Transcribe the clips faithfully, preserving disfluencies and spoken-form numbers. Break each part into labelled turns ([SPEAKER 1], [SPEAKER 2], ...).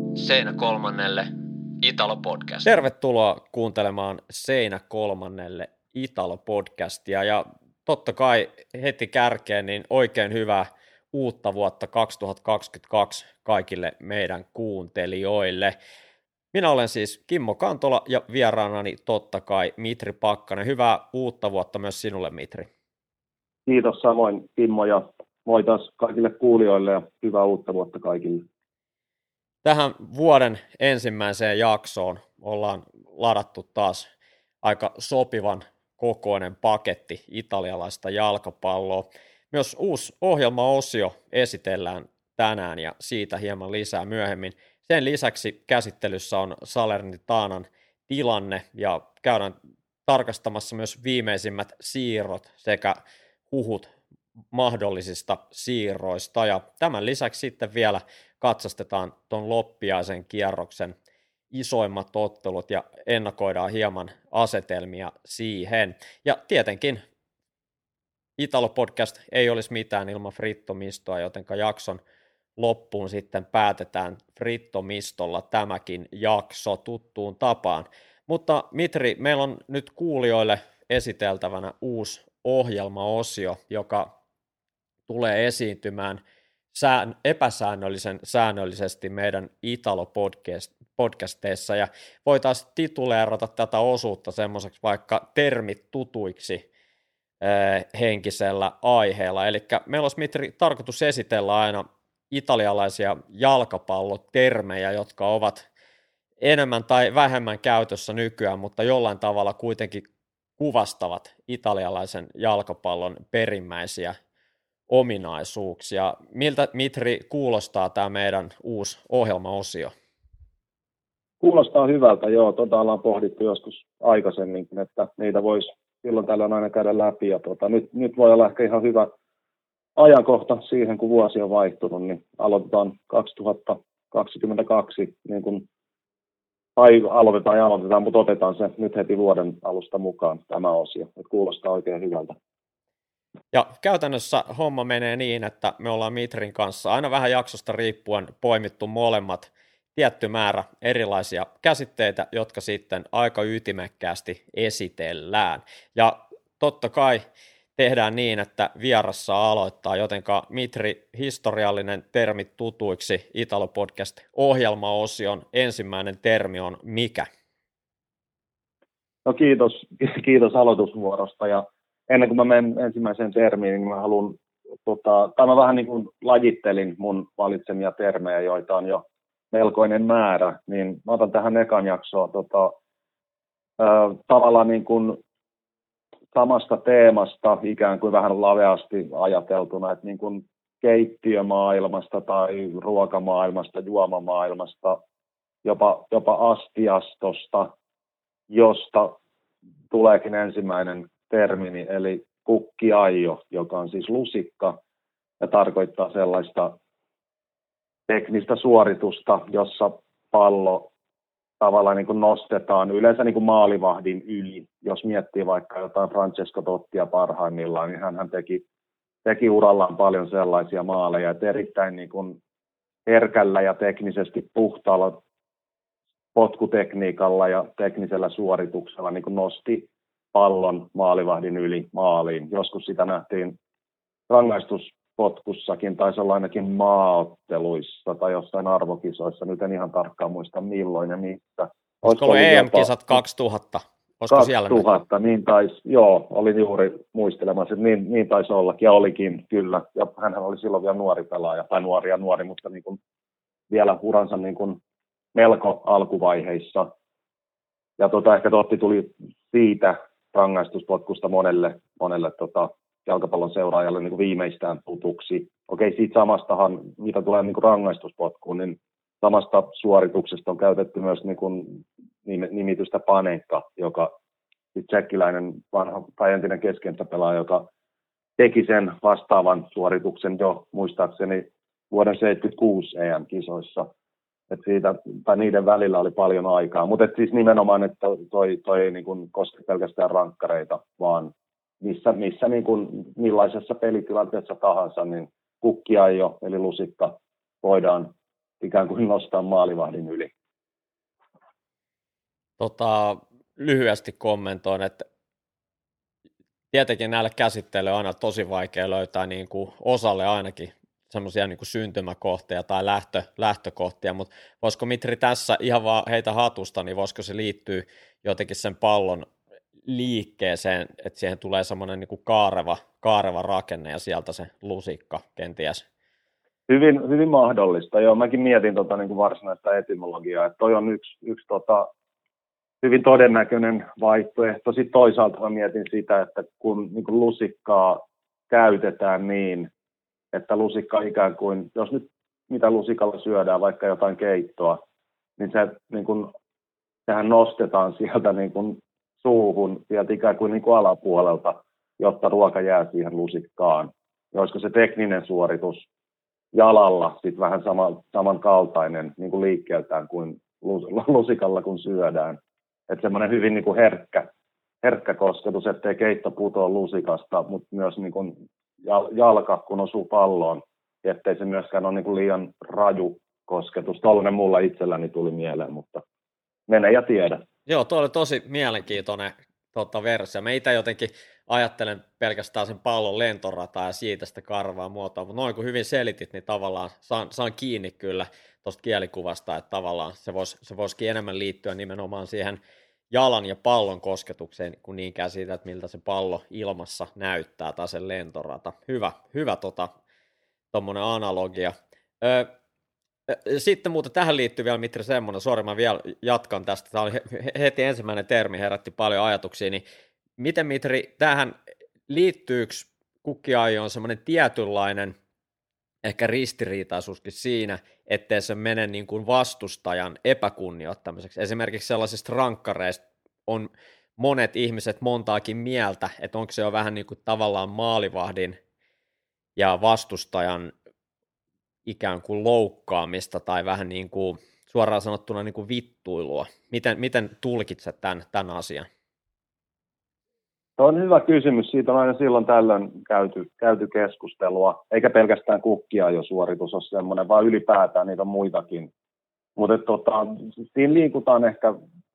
[SPEAKER 1] Seinä kolmannelle Italo-podcast.
[SPEAKER 2] Tervetuloa kuuntelemaan Seinä kolmannelle Italo-podcastia ja totta kai heti kärkeen niin oikein hyvää uutta vuotta kaksituhattakaksikymmentäkaksi kaikille meidän kuuntelijoille. Minä olen siis Kimmo Kantola ja vieraanani totta kai Mitri Pakkanen. Hyvää uutta vuotta myös sinulle, Mitri.
[SPEAKER 3] Kiitos samoin, Kimmo, ja moi taas kaikille kuulijoille ja hyvää uutta vuotta kaikille.
[SPEAKER 2] Tähän vuoden ensimmäiseen jaksoon ollaan ladattu taas aika sopivan kokoinen paketti italialaista jalkapalloa. Myös uusi ohjelmaosio esitellään tänään ja siitä hieman lisää myöhemmin. Sen lisäksi käsittelyssä on Salernitanan tilanne ja käydään tarkastamassa myös viimeisimmät siirrot sekä huhut mahdollisista siirroista. Ja tämän lisäksi sitten vielä katsastetaan tuon loppiaisen kierroksen isoimmat ottelut ja ennakoidaan hieman asetelmia siihen. Ja tietenkin Italo-podcast ei olisi mitään ilman Frittomistoa, jotenka jakson loppuun sitten päätetään Frittomistolla tämäkin jakso tuttuun tapaan. Mutta Mitri, meillä on nyt kuulijoille esiteltävänä uusi ohjelmaosio, joka tulee esiintymään sään, epäsäännöllisen säännöllisesti meidän Italo-podcasteissa, ja voitaisiin tituleerata tätä osuutta semmoiseksi vaikka termit tutuiksi äh, henkisellä aiheella. Eli meillä olisi, Mitri, tarkoitus esitellä aina italialaisia jalkapallotermejä, jotka ovat enemmän tai vähemmän käytössä nykyään, mutta jollain tavalla kuitenkin kuvastavat italialaisen jalkapallon perimmäisiä ominaisuuksia. Miltä, Mitri, kuulostaa tämä meidän uusi ohjelmaosio?
[SPEAKER 3] Kuulostaa hyvältä, joo. Tota ollaan pohdittu joskus aikaisemminkin, että niitä voisi silloin tällöin aina käydä läpi. Ja tota, nyt, nyt voi olla ehkä ihan hyvä ajankohta siihen, kun vuosi on vaihtunut, niin aloitetaan kaksituhattakaksikymmentäkaksi, niin kuin, tai aloitetaan ja aloitetaan, mutta otetaan se nyt heti vuoden alusta mukaan, tämä osio. Et kuulostaa oikein hyvältä.
[SPEAKER 2] Ja käytännössä homma menee niin, että me ollaan Mitrin kanssa aina vähän jaksosta riippuen poimittu molemmat tietty määrä erilaisia käsitteitä, jotka sitten aika ytimekkäästi esitellään. Ja totta kai tehdään niin, että vierassa aloittaa, jotenka Mitri, historiallinen termi tutuiksi Italo-podcast ohjelmaosion ensimmäinen termi on mikä?
[SPEAKER 3] No kiitos, kiitos aloitusvuorosta, ja ennen kuin mä menen ensimmäiseen termiin, niin mä haluan, tota, tai mä vähän niin kuin lajittelin mun valitsemia termejä, joita on jo melkoinen määrä, niin mä otan tähän ekan jaksoon tota, äh, tavallaan niin kuin samasta teemasta ikään kuin vähän laveasti ajateltuna, että niin kuin keittiömaailmasta tai ruokamaailmasta, juomamaailmasta, jopa, jopa astiastosta, josta tuleekin ensimmäinen termini, eli kukkiaio, joka on siis lusikka ja tarkoittaa sellaista teknistä suoritusta, jossa pallo tavallaan niin kuin nostetaan yleensä niin kuin maalivahdin yli. Jos miettii vaikka jotain Francesco Tottia parhaimmillaan, niin hän teki, teki urallaan paljon sellaisia maaleja, että erittäin niin kuin herkällä ja teknisesti puhtaalla potkutekniikalla ja teknisellä suorituksella niin kuin nosti pallon maalivahdin yli maaliin. Joskus sitä nähtiin rangaistuspotkussakin, taisi olla ainakin maaotteluissa tai jossain arvokisoissa. Nyt en ihan tarkkaan muista milloin ja missä.
[SPEAKER 2] Olisiko ollut E M-kisat kaksituhatta? Olisiko siellä
[SPEAKER 3] kaksituhatta, niin taisi, joo, olin juuri muistelemassa, että niin, niin taisi ollakin, ja olikin kyllä. Ja hänhän oli silloin vielä nuori pelaaja, tai nuori ja nuori, mutta niin kuin vielä uransa niin kuin melko alkuvaiheissa. Ja tota, ehkä Totti tuli siitä rangaistuspotkusta monelle, monelle tota, jalkapallon seuraajalle niin kuin viimeistään tutuksi. Okei, siitä samastahan, mitä tulee niin kuin rangaistuspotkuun, niin samasta suorituksesta on käytetty myös niin kuin nimitystä Panenka, joka tsekkiläinen vanha tai entinen keskentäpelaaja, joka teki sen vastaavan suorituksen jo muistaakseni vuoden seitsemänkymmentäkuusi E M-kisoissa. Et siitä, tai niiden välillä oli paljon aikaa, mutta siis nimenomaan, että toi, toi ei niin kuin koske pelkästään rankkareita, vaan missä, missä niin kuin, millaisessa pelitilanteessa tahansa, niin kukkiaio eli lusikka voidaan ikään kuin nostaa maalivahdin yli.
[SPEAKER 2] Tota, lyhyesti kommentoin, että tietenkin näille käsittelyille on aina tosi vaikea löytää niin kuin osalle ainakin semmoisia niin kuin syntymäkohtia tai lähtö, lähtökohtia, mutta voisiko Mitri tässä ihan vaan heitä hatusta, niin voisiko se liittyä jotenkin sen pallon liikkeeseen, että siihen tulee semmoinen niin kuin kaareva, kaareva rakenne ja sieltä se lusikka kenties?
[SPEAKER 3] Hyvin, hyvin mahdollista, joo. Mäkin mietin tota, niin kuin varsinaista etymologiaa, että toi on yksi, yksi tota, hyvin todennäköinen vaihtoehto. Sitten toisaalta mä mietin sitä, että kun niin kuin lusikkaa käytetään niin, että lusikka ikään kuin, jos nyt mitä lusikalla syödään, vaikka jotain keittoa, niin se niin kuin, sehän nostetaan sieltä niin kuin suuhun, sieltä ikään kuin, niin kuin alapuolelta, jotta ruoka jää siihen lusikkaan. Ja olisiko se tekninen suoritus jalalla sitten vähän sama, samankaltainen niin kuin liikkeeltään kuin lusikalla, kun syödään. Että semmoinen hyvin niin kuin herkkä, herkkä kosketus, ettei keitto putoa lusikasta, mutta myös niin kuin jalka, kun osuu palloon, ettei se myöskään ole niin kuin liian raju kosketus. Tollainen mulla itselläni tuli mieleen, mutta mene ja tiedä.
[SPEAKER 2] Joo, tuo oli tosi mielenkiintoinen tota, versio. Mä itse jotenkin ajattelen pelkästään sen pallon lentorataa ja siitä sitä karvaa muotoa, mutta noin kun hyvin selitit, niin tavallaan saan, saan kiinni kyllä tuosta kielikuvasta, että tavallaan se voisi se voisikin enemmän liittyä nimenomaan siihen jalan ja pallon kosketukseen, kuin niinkään siitä, että miltä se pallo ilmassa näyttää tai sen lentorata. Hyvä, hyvä tota, tommonen analogia. Ö, Sitten muuten tähän liittyy vielä, Mitri, semmoinen, sori mä vielä jatkan tästä, tämä oli heti ensimmäinen termi, herätti paljon ajatuksia, niin miten Mitri, tähän liittyykö kukkiajoon semmoinen tietynlainen ehkä ristiriitaisuuskin siinä, ettei se mene niin kuin vastustajan epäkunnioittamiseksi. Esimerkiksi sellaisista rankkareista on monet ihmiset montaakin mieltä, että onko se jo vähän niin kuin tavallaan maalivahdin ja vastustajan ikään kuin loukkaamista tai vähän niin kuin suoraan sanottuna niin kuin vittuilua. Miten, miten tulkitset tämän, tämän asian?
[SPEAKER 3] Tuo on hyvä kysymys. Siitä on aina silloin tällöin käyty, käyty keskustelua, eikä pelkästään kukkia jo suoritus ole semmoinen, vaan ylipäätään niitä on muitakin. Mutta tota, siinä liikutaan ehkä,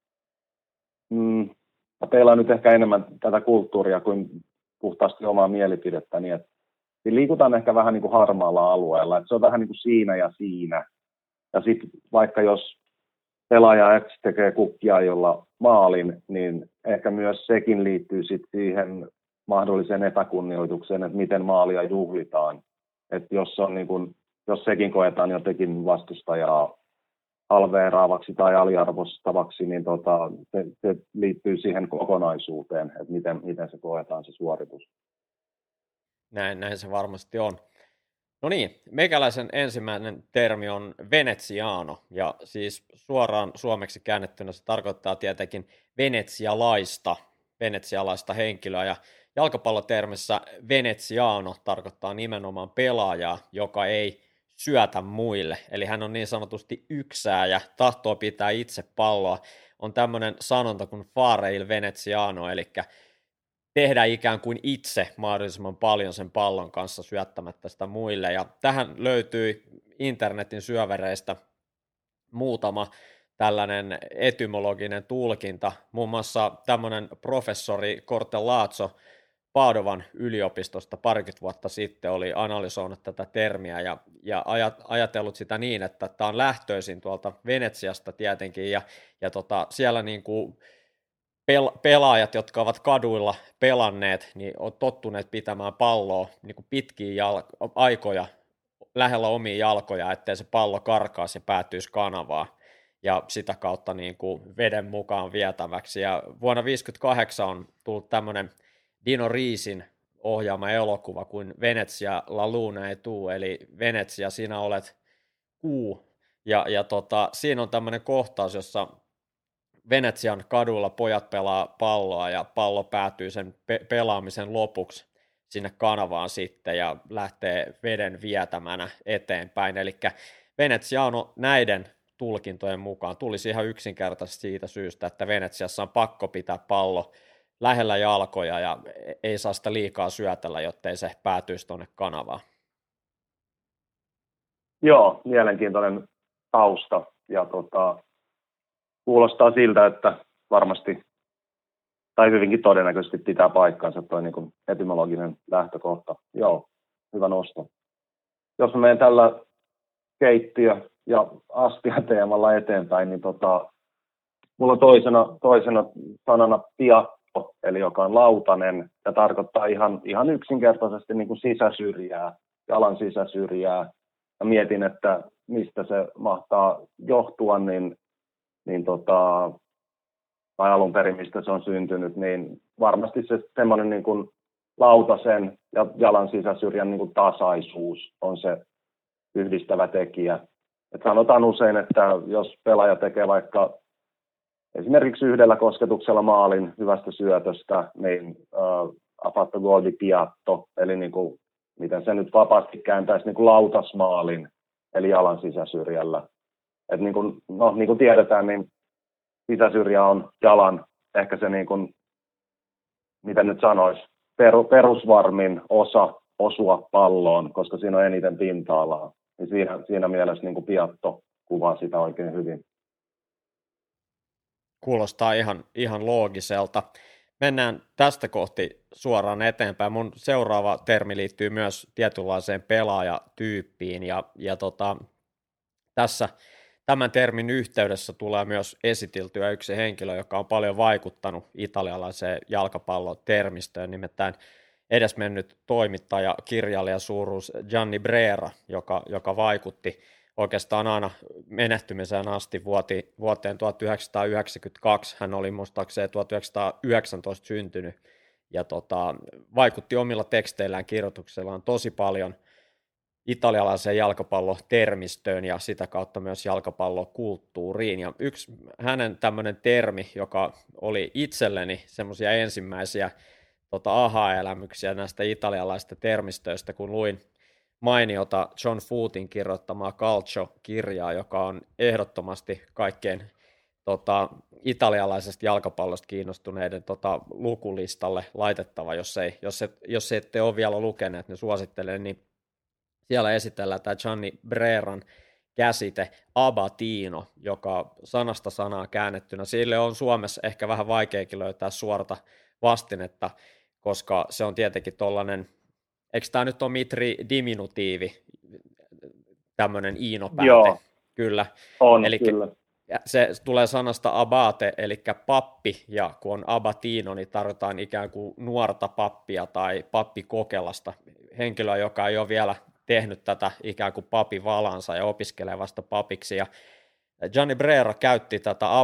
[SPEAKER 3] mm, teillä nyt ehkä enemmän tätä kulttuuria kuin puhtaasti omaa mielipidettä, niin että siinä liikutaan ehkä vähän niin kuin harmaalla alueella, että se on vähän niin kuin siinä ja siinä. Ja sitten vaikka jos pelaaja X tekee kukkia, jolla maalin, niin ehkä myös sekin liittyy sit siihen mahdolliseen epäkunnioitukseen, että miten maalia juhlitaan. Että jos, on niin kun, jos sekin koetaan jotenkin vastustajaa halveeraavaksi tai aliarvostavaksi, niin tota, se, se liittyy siihen kokonaisuuteen, että miten, miten se koetaan se suoritus.
[SPEAKER 2] Näin, näin se varmasti on. No niin, meikäläisen ensimmäinen termi on veneziano, ja siis suoraan suomeksi käännettynä se tarkoittaa tietenkin venetsialaista, venetsialaista henkilöä, ja jalkapallotermissä veneziano tarkoittaa nimenomaan pelaajaa, joka ei syötä muille, eli hän on niin sanotusti yksää ja tahtoo pitää itse palloa. On tämmöinen sanonta kuin fare il veneziano, eli tehdä ikään kuin itse mahdollisimman paljon sen pallon kanssa syöttämättä sitä muille, ja tähän löytyi internetin syövereistä muutama tällainen etymologinen tulkinta, muun muassa tämmöinen professori Cortellazzo Padovan yliopistosta parikymmentä vuotta sitten oli analysoinut tätä termiä ja, ja ajat, ajatellut sitä niin, että tämä on lähtöisin tuolta Venetsiasta tietenkin, ja, ja tota, siellä niin kuin pelaajat, jotka ovat kaduilla pelanneet, niin on tottuneet pitämään palloa niin kuin pitkiä jalko- aikoja lähellä omia jalkoja, ettei se pallo karkaisi ja päätyisi kanavaan ja sitä kautta niin kuin veden mukaan vietäväksi. Ja vuonna tuhatyhdeksänsataaviisikymmentäkahdeksan on tullut tämmöinen Dino Risin ohjaama elokuva kuin Venezia la luna e tu, eli Venetsia, sinä olet kuu. Ja, ja tota, siinä on tämmöinen kohtaus, jossa Venetsian kadulla pojat pelaa palloa ja pallo päätyy sen pe- pelaamisen lopuksi sinne kanavaan sitten ja lähtee veden vietämänä eteenpäin. Eli Veneziano näiden tulkintojen mukaan tulisi ihan yksinkertaisesti siitä syystä, että Venetsiassa on pakko pitää pallo lähellä jalkoja ja ei saa sitä liikaa syötellä, jottei se päätyisi tuonne kanavaan.
[SPEAKER 3] Joo, mielenkiintoinen tausta. Ja tota, kuulostaa siltä, että varmasti, tai hyvinkin todennäköisesti pitää paikkansa tuo niin kuin etymologinen lähtökohta. Joo, hyvä nosto. Jos mä menen tällä keittiö- ja astia-teemalla eteenpäin, niin tota, mulla on toisena, toisena sanana piatto, eli joka on lautanen, ja tarkoittaa ihan, ihan yksinkertaisesti niin kuin sisäsyrjää, jalan sisäsyrjää. Ja mietin, että mistä se mahtaa johtua, niin, niin tota, tai alun perin mistä se on syntynyt, niin varmasti se semmoinen niin kuin lautasen ja jalan sisäsyrjän niin kuin tasaisuus on se yhdistävä tekijä. Et sanotaan usein, että jos pelaaja tekee vaikka esimerkiksi yhdellä kosketuksella maalin hyvästä syötöstä, niin uh, a fatto gol di piatto, eli niin kuin, miten se nyt vapaasti kääntäisi niin kuin lautasmaalin, eli jalan sisäsyrjällä. Et niin kuin, no, niin kuin tiedetään, niin sisäsyrjä on jalan, ehkä se niin kuin, miten nyt sanoisi, per, perusvarmin osa osua palloon, koska siinä on eniten pinta-alaa. Niin siinä, siinä mielessä niin kuin piatto kuvaa sitä oikein hyvin.
[SPEAKER 2] Kuulostaa ihan, ihan loogiselta. Mennään tästä kohti suoraan eteenpäin. Mun seuraava termi liittyy myös tietynlaiseen pelaajatyyppiin, ja, ja tota, tässä tämän termin yhteydessä tulee myös esiteltyä yksi henkilö, joka on paljon vaikuttanut italialaiseen jalkapallotermistöön, nimittäin edesmennyt toimittaja, kirjailija suuruus Gianni Brera, joka, joka vaikutti oikeastaan aina menehtymiseen asti vuoti, vuoteen tuhatyhdeksänsataayhdeksänkymmentäkaksi. Hän oli muistaakseni tuhatyhdeksänsataayhdeksäntoista syntynyt ja tota, vaikutti omilla teksteillään, kirjoituksellaan tosi paljon italialaiseen jalkapallotermistöön ja sitä kautta myös jalkapallokulttuuriin. Ja yksi hänen tämmöinen termi, joka oli itselleni semmoisia ensimmäisiä tota, aha-elämyksiä näistä italialaisista termistöistä, kun luin mainiota John Footin kirjoittamaa Calcio-kirjaa, joka on ehdottomasti kaikkein tota, italialaisesta jalkapallosta kiinnostuneiden tota, lukulistalle laitettava, jos, ei, jos, et, jos ette ole vielä lukeneet, niin suosittelen, niin siellä esitellään tämä Gianni Breran käsite abatino, joka sanasta sanaa käännettynä, sille on Suomessa ehkä vähän vaikeakin löytää suorata vastinetta, koska se on tietenkin tollainen, eikö tämä nyt ole Mitri diminutiivi, tämmöinen iinopääte?
[SPEAKER 3] Joo,
[SPEAKER 2] kyllä.
[SPEAKER 3] on
[SPEAKER 2] Elikkä
[SPEAKER 3] kyllä.
[SPEAKER 2] se tulee sanasta abate, eli pappi, ja kun on abatino, niin tarvitaan ikään kuin nuorta pappia tai pappikokelasta, henkilöä, joka ei ole vielä tehnyt tätä ikään kuin papivalansa ja opiskelee vasta papiksi. Ja Gianni Brera käytti tätä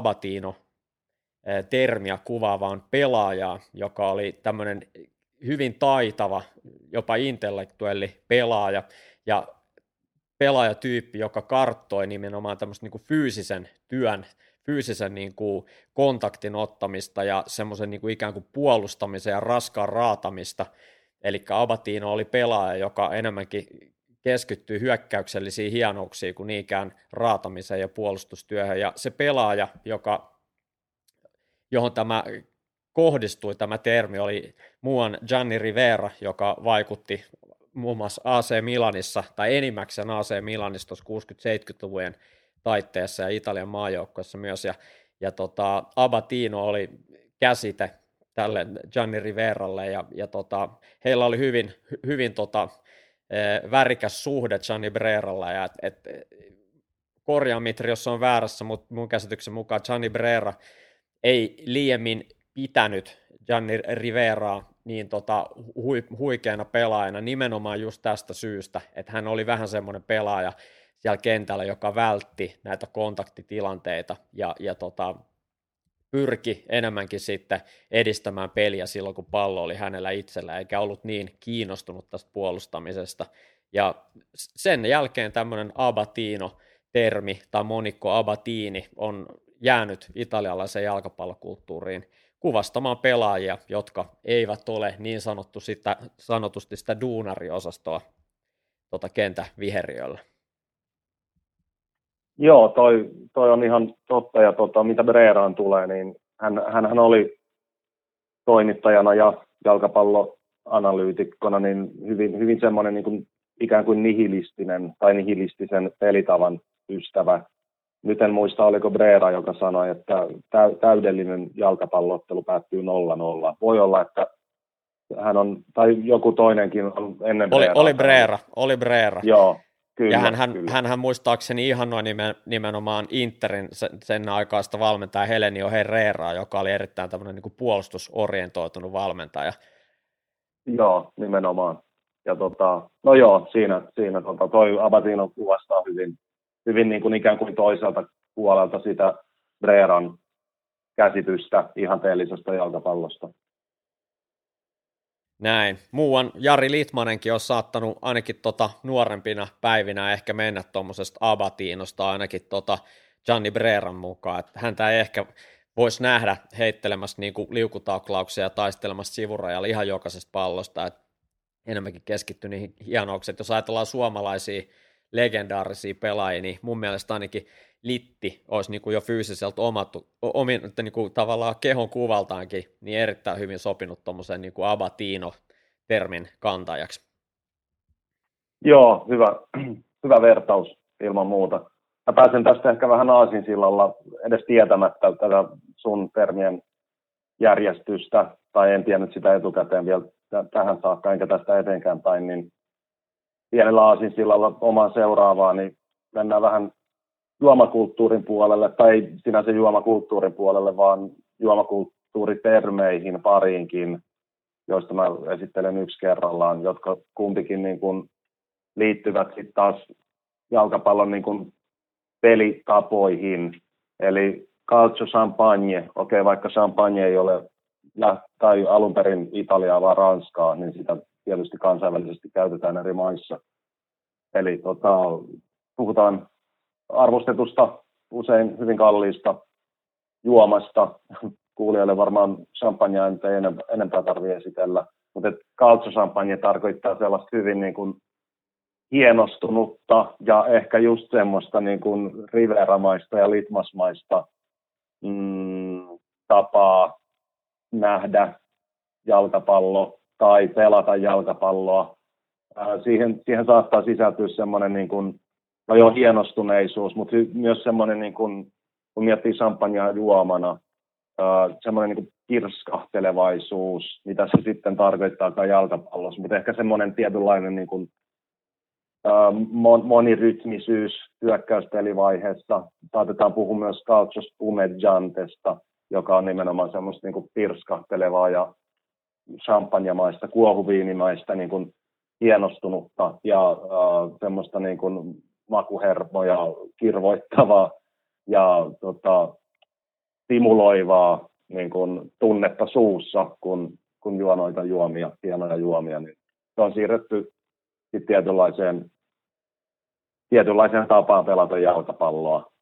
[SPEAKER 2] abatino-termiä kuvaavaan pelaajaa, joka oli tämmöinen hyvin taitava, jopa intellektuelli pelaaja, ja pelaajatyyppi, joka karttoi nimenomaan tämmöistä niin kuin fyysisen työn, fyysisen niin kuin kontaktin ottamista ja semmoisen niin kuin ikään kuin puolustamisen ja raskaan raatamista. Eli Abatino oli pelaaja, joka enemmänkin keskittyy hyökkäyksellisiin hienouksiin kuin niinkään raatamiseen ja puolustustyöhön. Ja se pelaaja, joka, johon tämä kohdistui tämä termi, oli muuan Gianni Rivera, joka vaikutti muun muassa A C Milanissa, tai enimmäkseen A C Milanissa tuossa kuusikymmentä-seitsemänkymmentäluvujen taitteessa ja Italian maajoukkoissa myös. Ja, ja tota, Abatino oli käsite tälle Gianni Riveralle, ja, ja tota, heillä oli hyvin, hyvin tota, värikäs suhde Gianni Breralla, ja et, et, korjaa Mitri, jos on väärässä, mutta mun käsityksen mukaan Gianni Brera ei liiemmin pitänyt Gianni Riveraa niin tota, hui, huikeana pelaajana nimenomaan just tästä syystä, että hän oli vähän semmoinen pelaaja siellä kentällä, joka vältti näitä kontaktitilanteita ja, ja tota, pyrki enemmänkin sitten edistämään peliä silloin, kun pallo oli hänellä itsellä, eikä ollut niin kiinnostunut tästä puolustamisesta. Ja sen jälkeen tämmöinen abatino-termi tai monikko abatini on jäänyt italialaiseen jalkapallokulttuuriin kuvastamaan pelaajia, jotka eivät ole niin sanottu sitä, sanotusti sitä duunariosastoa tota kentäviheriöllä.
[SPEAKER 3] Joo, toi, toi on ihan totta, ja tota, mitä Breraan tulee, niin hän, hänhän oli toimittajana ja jalkapalloanalyytikkona niin hyvin, hyvin semmoinen niin kuin, ikään kuin nihilistinen tai nihilistisen pelitavan ystävä. nyt en muista, oliko Brera, joka sanoi, että täydellinen jalkapalloottelu päättyy nolla nolla. Voi olla, että hän on, tai joku toinenkin on ennen Breraa.
[SPEAKER 2] Oli, oli Brera, oli Brera.
[SPEAKER 3] Joo, kyllä.
[SPEAKER 2] Ja hän, hän,
[SPEAKER 3] kyllä.
[SPEAKER 2] hänhän muistaakseni ihannoi nimen, nimenomaan Interin sen, sen aikaista valmentaja Helenio Herreraa, joka oli erittäin tämmöinen niin kuin puolustusorientoitunut valmentaja.
[SPEAKER 3] Joo, nimenomaan. Ja tota, no joo, siinä, siinä tota, toi Abatino kuvastaa hyvin, hyvin niin kuin ikään kuin toiselta puolelta sitä Breran käsitystä ihanteellisesta jalkapallosta.
[SPEAKER 2] Näin. Muuan Jari Litmanenkin on saattanut ainakin tota nuorempina päivinä ehkä mennä tuommoisesta Abatinosta ainakin tota Gianni Breran mukaan. Että häntä ei ehkä voisi nähdä heittelemässä niin kuin liukutaklauksia ja taistelemassa sivurajalla ihan jokaisesta pallosta. Että enemmänkin keskitty niihin hienouksiin. Jos ajatellaan suomalaisia legendaarisia pelaajia, niin mun mielestä ainakin Litti olisi niin kuin jo fyysiseltä omattu, omin, niin kuin tavallaan kehon kuvaltaankin niin erittäin hyvin sopinut tuommoisen niin kuin Abatino-termin kantajaksi.
[SPEAKER 3] Joo, hyvä, hyvä vertaus ilman muuta. Mä pääsen tästä ehkä vähän aasinsillalla edes tietämättä tätä sun termien järjestystä, tai en tiennyt sitä etukäteen vielä tähän saakka, enkä tästä eteenkään päin, niin pienellä aasinsillalla omaan seuraavaan, niin mennään vähän juomakulttuurin puolelle, tai ei sinänsä juomakulttuurin puolelle, vaan juomakulttuuritermeihin pariinkin, joista mä esittelen yksi kerrallaan, jotka kumpikin niin kuin liittyvät sitten taas jalkapallon niin kuin pelitapoihin. Eli calcio champagne, okei, vaikka champagne ei ole tai alun perin Italiaa vaan Ranskaa, niin sitä tietysti kansainvälisesti käytetään eri maissa. Eli tota, puhutaan arvostetusta, usein hyvin kalliista juomasta. Kuulijoille varmaan champagnea ei enempää tarvitse esitellä, mutta calcio champagne tarkoittaa sellaista hyvin niin kuin hienostunutta ja ehkä just semmoista niin kuin riveramaista ja litmasmaista mm, tapaa nähdä jalkapallo tai pelata jalkapalloa. Siihen, siihen saattaa sisältyä semmoinen niin kuin, no jo hienostuneisuus, mutta myös semmoinen, niin kuin, kun miettii champagnea juomana, semmoinen niin kuin kirskahtelevaisuus, mitä se sitten tarkoittaakaan jalkapallossa, mutta ehkä semmoinen tietynlainen niin kuin, monirytmisyys hyökkäyspelivaiheessa. Saatetaan puhua myös calcio spumeggiantesta, joka on nimenomaan semmoista niin kuin pirskahtelevaa ja champagnemaista, kuohuviinimaista niin kuin hienostunutta ja äh, semmoista niin kuin makuhermoja kirvoittavaa ja tota, stimuloivaa niin kuin tunnetta suussa, kun, kun juo noita juomia, hienoja juomia. Niin se on siirretty sitten tietynlaiseen, tietynlaiseen tapaan pelata jalkapalloa.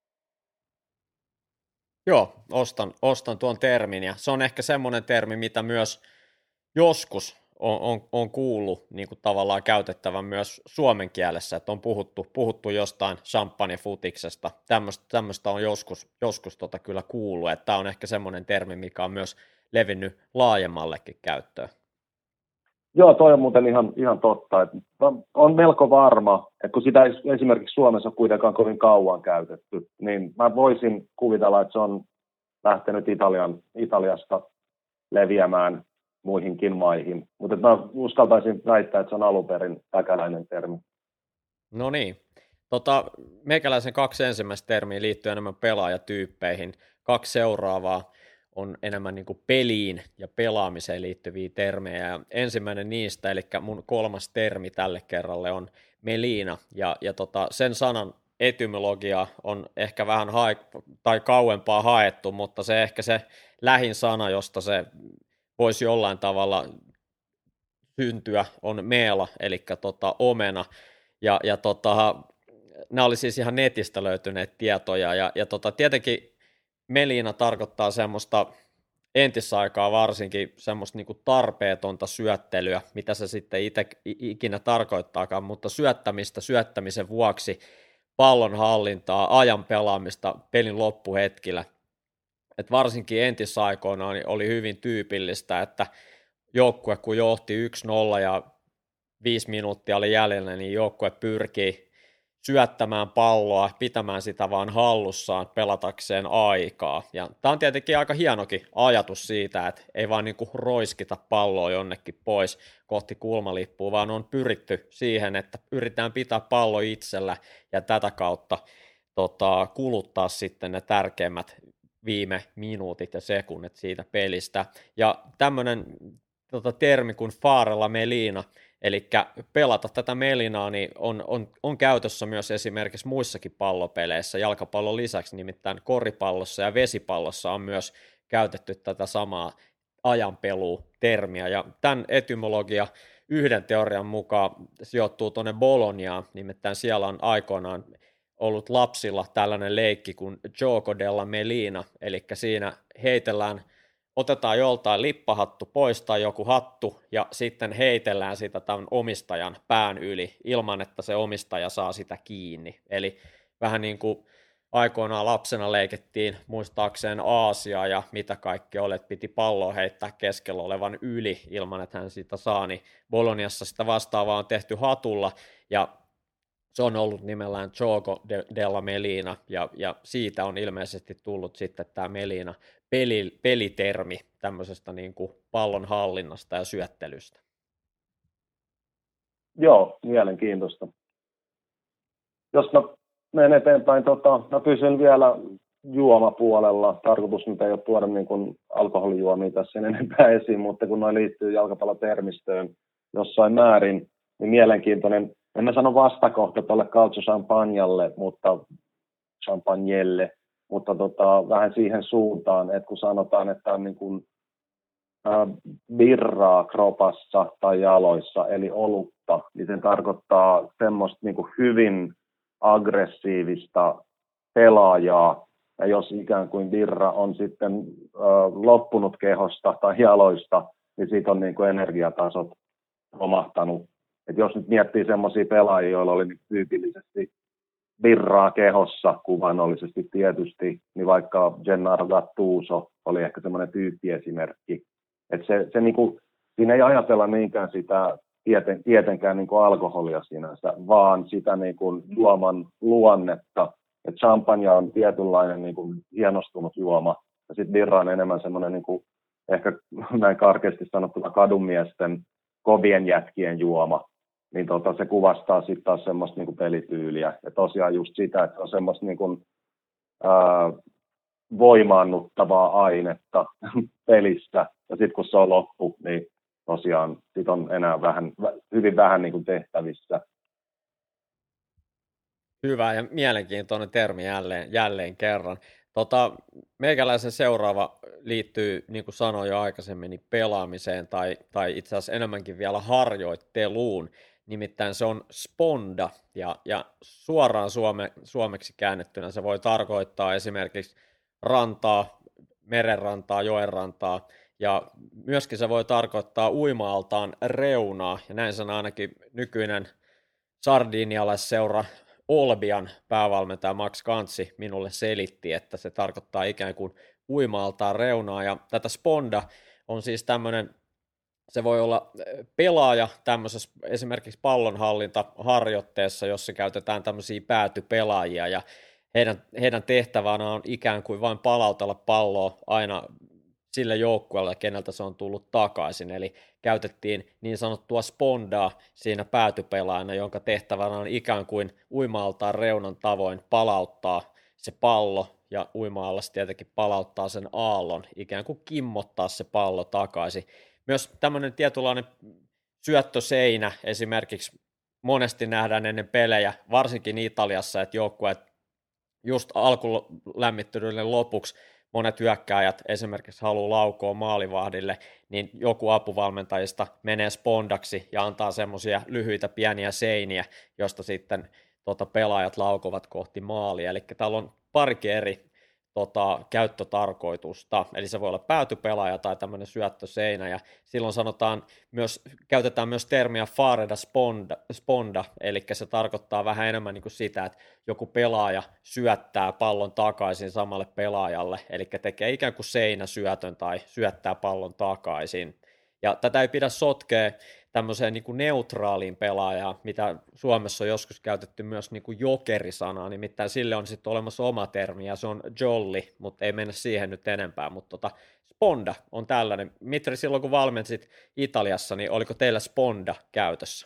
[SPEAKER 2] Joo, ostan, ostan tuon termin, ja se on ehkä semmoinen termi, mitä myös joskus on, on, on kuullut niin kuin tavallaan käytettävän myös suomen kielessä, että on puhuttu, puhuttu jostain champagne-futiksesta. Tämmöistä, tämmöistä on joskus, joskus tota kyllä kuullut, että tämä on ehkä semmoinen termi, mikä on myös levinnyt laajemmallekin käyttöön.
[SPEAKER 3] Joo, toi on muuten ihan, ihan totta. Että on melko varma, että kun sitä ei esimerkiksi Suomessa on kuitenkaan kovin kauan käytetty, niin mä voisin kuvitella, että se on lähtenyt Italian, Italiasta leviämään muihinkin maihin. Mutta mä uskaltaisin väittää, että se on alun perin täkäläinen termi.
[SPEAKER 2] No niin. Tota, meikäläisen kaksi ensimmäistä termiä liittyy enemmän pelaajatyyppeihin. Kaksi seuraavaa on enemmän niin kuin peliin ja pelaamiseen liittyviä termejä. Ja ensimmäinen niistä, eli mun kolmas termi tälle kerralle on melina, ja, ja tota, sen sanan etymologia on ehkä vähän hae- tai kauempaa haettu, mutta se ehkä se lähin sana, josta se voisi jollain tavalla syntyä, on meela, eli tota, omena, ja, ja tota, nämä oli siis ihan netistä löytyneet tietoja, ja, ja tota, tietenkin melina tarkoittaa semmoista entisaikaa varsinkin semmoista niinku tarpeetonta syöttelyä, mitä se sitten itse ikinä tarkoittaakaan, mutta syöttämistä syöttämisen vuoksi, pallon hallintaa, ajan pelaamista pelin loppuhetkillä. Et varsinkin entisaikoina oli hyvin tyypillistä, että joukkue kun johti yksi nolla ja viisi minuuttia oli jäljellä, niin joukkue pyrkii syöttämään palloa, pitämään sitä vaan hallussaan pelatakseen aikaa. Ja tämä on tietenkin aika hienokin ajatus siitä, että ei vaan niin kuin roiskita palloa jonnekin pois kohti kulmalippua, vaan on pyritty siihen, että yritetään pitää pallo itsellä ja tätä kautta tota, kuluttaa sitten ne tärkeimmät viime minuutit ja sekunnit siitä pelistä. Ja tämmöinen tota, termi kuin Farella Melina, eli pelata tätä melinaa niin on, on, on käytössä myös esimerkiksi muissakin pallopeleissä, jalkapallon lisäksi nimittäin koripallossa ja vesipallossa on myös käytetty tätä samaa ajanpelu-termiä, ja tämän etymologia yhden teorian mukaan sijoittuu tuonne Bolognaan, nimittäin siellä on aikoinaan ollut lapsilla tällainen leikki kuin Gioco della Melina, eli siinä heitellään, otetaan joltain lippahattu pois tai joku hattu ja sitten heitellään sitä tämän omistajan pään yli ilman, että se omistaja saa sitä kiinni. Eli vähän niin kuin aikoinaan lapsena leikettiin muistaakseen Aasiaa ja mitä kaikki oli, että piti palloa heittää keskellä olevan yli ilman, että hän sitä saa, niin Boloniassa sitä vastaavaa on tehty hatulla ja se on ollut nimellään Gioco della Melina, ja, ja siitä on ilmeisesti tullut sitten tämä Melina peli, pelitermi tämmöisestä niin kuin pallon hallinnasta ja syöttelystä.
[SPEAKER 3] Joo, mielenkiintoista. Jos mä menen eteenpäin, tota, mä pysyn vielä juomapuolella. Tarkoitus nyt ei ole tuoda niin kuin alkoholijuomia tässä sen enempää esiin, mutta kun noin liittyy jalkapallotermistöön jossain määrin, niin mielenkiintoinen. En mä sano vastakohta tuolle calcio champagnalle, mutta champagnelle, mutta tota, vähän siihen suuntaan, että kun sanotaan, että on niin kuin, äh, birraa kropassa tai jaloissa, eli olutta, niin se tarkoittaa semmoista niin kuin hyvin aggressiivista pelaajaa, ja jos ikään kuin birra on sitten äh, loppunut kehosta tai jaloista, niin siitä on niin kuin energiatasot romahtanut. Et jos nyt miettii semmoisia pelaajia, joilla oli tyypillisesti birraa kehossa kuvainnollisesti tietysti, niin vaikka Gennaro Gattuso oli ehkä semmoinen tyyppiesimerkki. Et se, se niinku, siinä ei ajatella niinkään sitä tieten, tietenkään niinku alkoholia sinänsä, vaan sitä niinku juoman luonnetta. Et champagne on tietynlainen niinku hienostunut juoma, ja sitten birra on enemmän semmoinen niinku, ehkä näin karkeasti sanottuna kadunmiesten kovien jätkien juoma. Niin tota, se kuvastaa sitten taas semmoista niinku pelityyliä. Ja tosiaan just sitä, että on semmoista niinku, ää, voimaannuttavaa ainetta pelissä. Ja sitten kun se on loppu, niin tosiaan sit on enää vähän, hyvin vähän niinku tehtävissä.
[SPEAKER 2] Hyvä ja mielenkiintoinen termi jälleen, jälleen kerran. Tota, meikäläisen seuraava liittyy, niin kuin sanoin jo aikaisemmin, niin pelaamiseen tai, tai itse asiassa enemmänkin vielä harjoitteluun. Nimittäin se on sponda, ja, ja suoraan suome, suomeksi käännettynä se voi tarkoittaa esimerkiksi rantaa, merenrantaa, joenrantaa, ja myöskin se voi tarkoittaa uima-altaan reunaa, ja näin sanoo ainakin nykyinen sardinialaisseura Olbian päävalmentaja Max Kantsi minulle selitti, että se tarkoittaa ikään kuin uima-altaan reunaa, ja tätä sponda on siis tämmöinen, se voi olla pelaaja tämmöisessä esimerkiksi pallonhallintaharjoitteessa, jossa käytetään tämmöisiä päätypelaajia, ja heidän, heidän tehtävänä on ikään kuin vain palautella palloa aina sille joukkueelle, keneltä se on tullut takaisin, eli käytettiin niin sanottua spondaa siinä päätypelaajana, jonka tehtävänä on ikään kuin uima-altaan reunan tavoin palauttaa se pallo, ja uima-allas tietenkin palauttaa sen aallon, ikään kuin kimmottaa se pallo takaisin. Myös tämmöinen tietynlainen syöttöseinä esimerkiksi monesti nähdään ennen pelejä, varsinkin Italiassa, että joukkueet just alkulämmittelyiden lopuksi monet hyökkääjät esimerkiksi haluaa laukoa maalivahdille, niin joku apuvalmentajista menee spondaksi ja antaa semmoisia lyhyitä pieniä seiniä, josta sitten tota, pelaajat laukovat kohti maalia. Eli täällä on parikin eri tota, käyttötarkoitusta, eli se voi olla päätypelaaja tai tämmöinen syöttöseinä, ja silloin sanotaan myös, käytetään myös termiä fare da sponda, sponda, eli se tarkoittaa vähän enemmän niin kuin sitä, että joku pelaaja syöttää pallon takaisin samalle pelaajalle, eli tekee ikään kuin seinäsyötön tai syöttää pallon takaisin. Ja tätä ei pidä sotkea tämmöiseen niin kuin neutraaliin pelaajaan, mitä Suomessa on joskus käytetty myös niin kuin jokerisanaa, nimittäin sille on sitten olemassa oma termi, ja se on jolly, mutta ei mennä siihen nyt enempää, mutta tota, Sponda on tällainen. Mitri, silloin kun valmensit Italiassa, niin oliko teillä Sponda käytössä?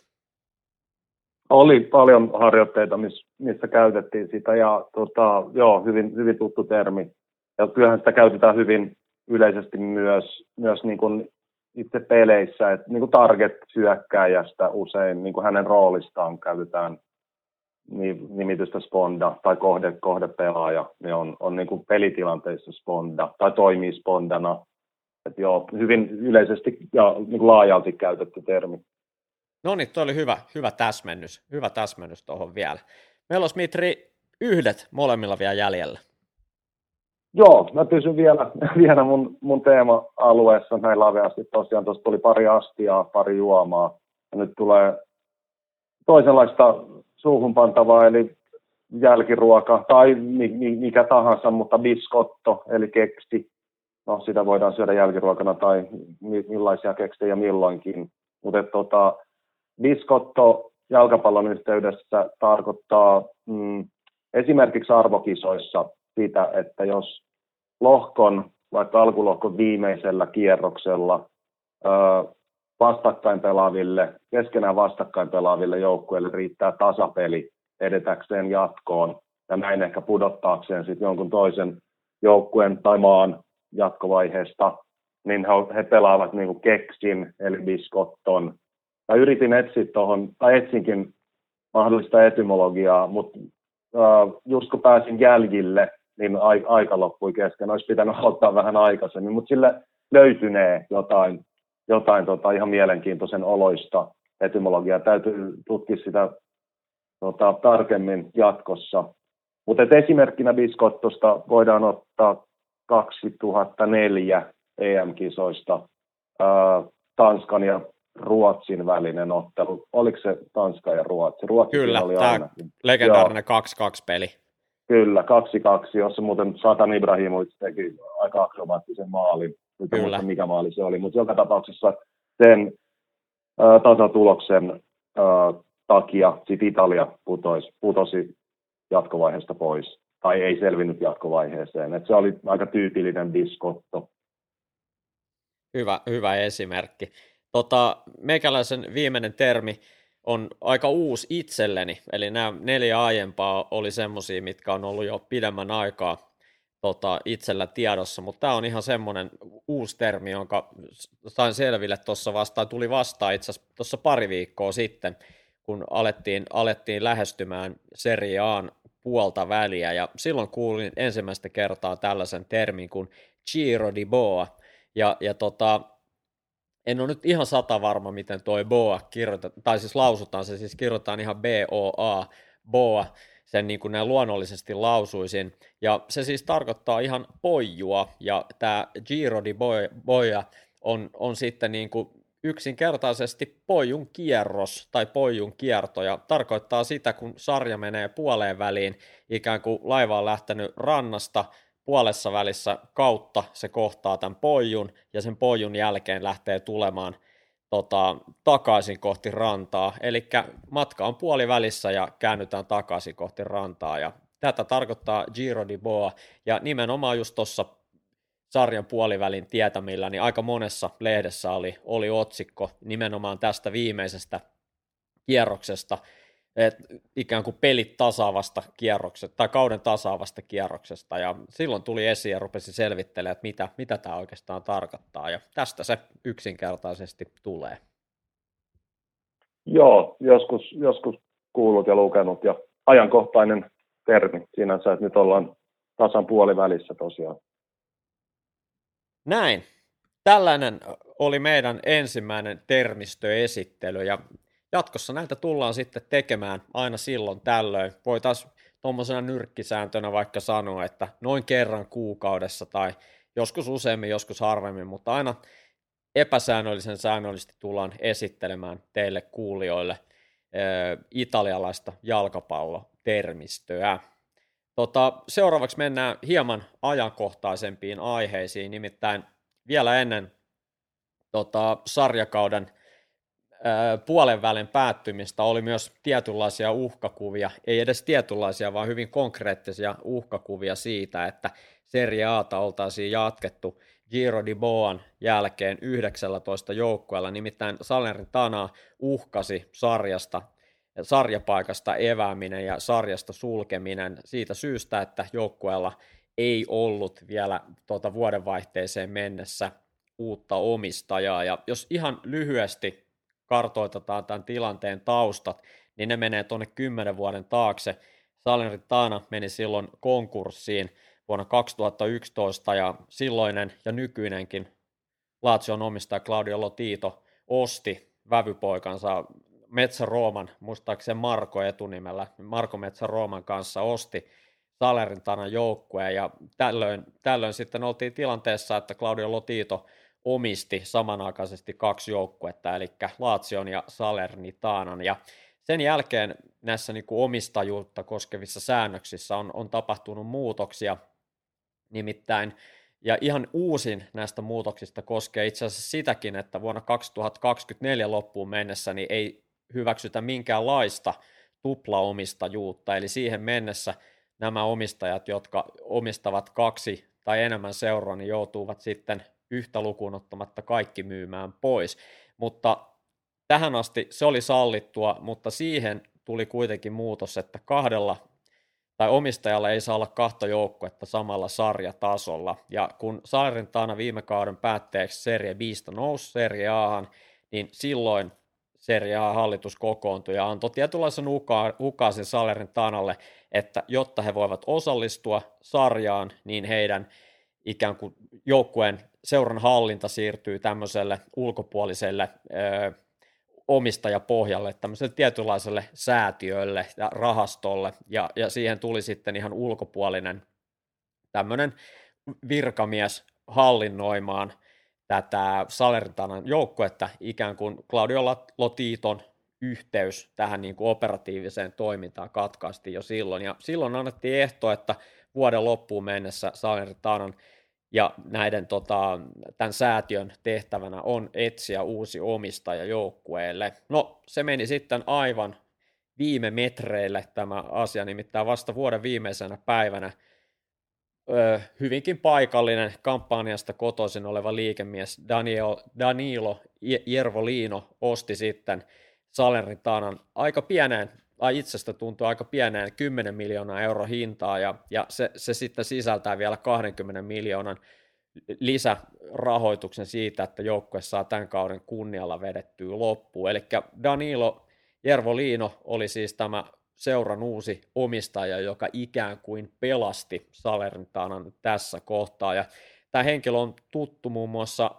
[SPEAKER 3] Oli paljon harjoitteita, missä käytettiin sitä, ja tota, joo, hyvin, hyvin tuttu termi. Ja kyllähän sitä käytetään hyvin yleisesti myös, myös niin kuin itse peleissä, että niin kuin target-syökkääjästä usein niin kuin hänen roolistaan käytetään nimitystä Sponda tai kohde, kohdepelaaja, niin on, on niin kuin pelitilanteissa Sponda tai toimii Spondana. Että joo, hyvin yleisesti ja niin kuin laajalti käytetty termi.
[SPEAKER 2] No niin, toi oli hyvä, hyvä täsmennys, hyvä täsmennys tuohon vielä. Meillä olisi, Mitri, yhdet molemmilla vielä jäljellä.
[SPEAKER 3] Joo, mä pysyn vielä, vielä mun, mun teema-alueessa näin laveasti. Tosiaan tuossa tuli pari astiaa, pari juomaa. Ja nyt tulee toisenlaista suuhunpantavaa, eli jälkiruoka tai mikä tahansa, mutta biskotto, eli keksi. No, sitä voidaan syödä jälkiruokana tai millaisia keksejä milloinkin. Mutta tota, biskotto jalkapallon yhteydessä tarkoittaa mm, esimerkiksi arvokisoissa sitä, että jos lohkon, vaikka alkulohkon viimeisellä kierroksella ö, vastakkain pelaaville, keskenään vastakkain pelaaville joukkueille riittää tasapeli edetäkseen jatkoon ja näin ehkä pudottaakseen sitten jonkun toisen joukkueen tai maan jatkovaiheesta, niin he, he pelaavat niin kuin keksin eli biskotton. Mä yritin etsiä tuohon, tai etsinkin mahdollista etymologiaa, mutta äh, just kun pääsin jäljille, niin a- aika loppui kesken. Olisi pitänyt ottaa vähän aikaisemmin, mutta sille löytynee jotain, jotain tota, ihan mielenkiintoisen oloista etymologiaa. Täytyy tutkia sitä tota, tarkemmin jatkossa. Mutta esimerkkinä biskottosta voidaan ottaa kaksituhattaneljä E M-kisoista ää, Tanskan ja Ruotsin välinen ottelu. Oliko se Tanska ja Ruotsi? Ruotsi
[SPEAKER 2] Kyllä,
[SPEAKER 3] oli
[SPEAKER 2] tämä
[SPEAKER 3] aina.
[SPEAKER 2] legendaarinen kaksi kaksi peli.
[SPEAKER 3] Kyllä, kaksi kaksi, jossa muuten Satan Ibrahimovic teki aika akrobaattisen maalin. Nyt en muista, mikä maali se oli, mutta joka tapauksessa sen ää, tasatuloksen ää, takia sit Italia putosi, putosi jatkovaiheesta pois. Tai ei selvinnyt jatkovaiheeseen. Et se oli aika tyypillinen biskotto.
[SPEAKER 2] Hyvä, hyvä esimerkki. Tota, meikäläisen viimeinen termi on aika uusi itselleni, eli nämä neljä aiempaa oli semmoisia, mitkä on ollut jo pidemmän aikaa tota, itsellä tiedossa, mutta tämä on ihan semmoinen uusi termi, jonka sain selville tuossa vastaan, tuli vastaan itse asiassa tuossa pari viikkoa sitten, kun alettiin, alettiin lähestymään Serie A:n puolta väliä, ja silloin kuulin ensimmäistä kertaa tällaisen termin kuin Giro di Boa, ja, ja tota, en ole nyt ihan sata varma, miten toi Boa kirjoitetaan, tai siis lausutaan, se siis kirjoitetaan ihan B O A, Boa, sen niin kuin näin luonnollisesti lausuisin, ja se siis tarkoittaa ihan poijua, ja tämä Giro di Boa on, on sitten niin kuin yksinkertaisesti poijun kierros tai poijun kierto, ja tarkoittaa sitä, kun sarja menee puoleen väliin, ikään kuin laiva on lähtenyt rannasta, puolessa välissä kautta se kohtaa tämän poijun, ja sen poijun jälkeen lähtee tulemaan tota, takaisin kohti rantaa, eli matka on puolivälissä ja käännytään takaisin kohti rantaa, ja tätä tarkoittaa Giro di Boa, ja nimenomaan just tuossa sarjan puolivälin tietämillä, niin aika monessa lehdessä oli, oli otsikko nimenomaan tästä viimeisestä kierroksesta, et ikään kuin pelit tasaavasta kierroksesta tai kauden tasaavasta kierroksesta, ja silloin tuli esiin ja rupesi selvittelemään, että mitä, mitä tämä oikeastaan tarkoittaa, ja tästä se yksinkertaisesti tulee.
[SPEAKER 3] Joo, joskus, joskus kuullut ja lukenut, ja ajankohtainen termi sinänsä, että nyt ollaan tasan puolivälissä tosiaan.
[SPEAKER 2] Näin. Tällainen oli meidän ensimmäinen termistöesittely, ja jatkossa näitä tullaan sitten tekemään aina silloin tällöin. Voitaisiin tuommoisena nyrkkisääntönä vaikka sanoa, että noin kerran kuukaudessa tai joskus useammin, joskus harvemmin, mutta aina epäsäännöllisen säännöllisesti tullaan esittelemään teille kuulijoille äh, italialaista jalkapallotermistöä. Tota, seuraavaksi mennään hieman ajankohtaisempiin aiheisiin, nimittäin vielä ennen tota, sarjakauden ää, puolen välin päättymistä oli myös tietynlaisia uhkakuvia, ei edes tietynlaisia, vaan hyvin konkreettisia uhkakuvia siitä, että Serie A:ta oltaisiin jatkettu Giro di Boan jälkeen yhdeksäntoista joukkueella, nimittäin Salernitana uhkasi sarjasta, sarjapaikasta evääminen ja sarjasta sulkeminen siitä syystä, että joukkueella ei ollut vielä tuota vuodenvaihteeseen mennessä uutta omistajaa, ja jos ihan lyhyesti kartoitetaan tämän tilanteen taustat, niin ne menee tuonne kymmenen vuoden taakse. Salernitana meni silloin konkurssiin vuonna kaksituhattayksitoista, ja silloinen ja nykyinenkin Lazion omistaja Claudio Lotito osti vävypoikansa Metsä Rooman, muistaakseni Marko etunimellä, Marko Metsä Rooman kanssa osti Salernitanan joukkueen, ja tällöin, tällöin sitten oltiin tilanteessa, että Claudio Lotito omisti samanaikaisesti kaksi joukkuetta, eli Lazion ja Salernitanan, ja sen jälkeen näissä niin kuin omistajuutta koskevissa säännöksissä on, on tapahtunut muutoksia, nimittäin, ja ihan uusin näistä muutoksista koskee itse asiassa sitäkin, että vuonna kaksituhattakaksikymmentäneljä loppuun mennessä niin ei hyväksytä minkäänlaista tuplaomistajuutta, eli siihen mennessä nämä omistajat, jotka omistavat kaksi tai enemmän seuraa, niin joutuvat sitten yhtä lukuun ottamatta kaikki myymään pois, mutta tähän asti se oli sallittua, mutta siihen tuli kuitenkin muutos, että kahdella tai omistajalla ei saa olla kahta joukkuetta samalla sarjatasolla, ja kun Salernitana viime kauden päätteeksi Serie B:stä nousi Serie A:han, niin silloin Serie A-hallitus kokoontui ja antoi tietynlaisen uka- ukaasin Salernitanalle, että jotta he voivat osallistua sarjaan, niin heidän ikään kuin joukkueen seuran hallinta siirtyy tämmöiselle ulkopuoliselle ö, omistajapohjalle, tämmöiselle tietynlaiselle säätiölle ja rahastolle, ja, ja siihen tuli sitten ihan ulkopuolinen tämmöinen virkamies hallinnoimaan tätä Salernitanan joukkuetta, ikään kuin Claudio Lotiton yhteys tähän niin kuin operatiiviseen toimintaan katkaistiin jo silloin, ja silloin annettiin ehto, että vuoden loppuun mennessä Salernitanan ja näiden tota, tämän säätiön tehtävänä on etsiä uusi omistaja joukkueelle. No, se meni sitten aivan viime metreille tämä asia, nimittäin vasta vuoden viimeisenä päivänä ö, hyvinkin paikallinen kampanjasta kotoisin oleva liikemies Daniel, Danilo Jervolino osti sitten Salernitanan aika pieneen, tai itsestä tuntuu aika pieneen kymmenen miljoonaa euro hintaa, ja, ja se, se sitten sisältää vielä kaksikymmentä miljoonan lisärahoituksen siitä, että joukkue saa tämän kauden kunnialla vedettyä loppuun. Eli Danilo Jervolino oli siis tämä seuran uusi omistaja, joka ikään kuin pelasti Salernitanan tässä kohtaa, ja tämä henkilö on tuttu muun muassa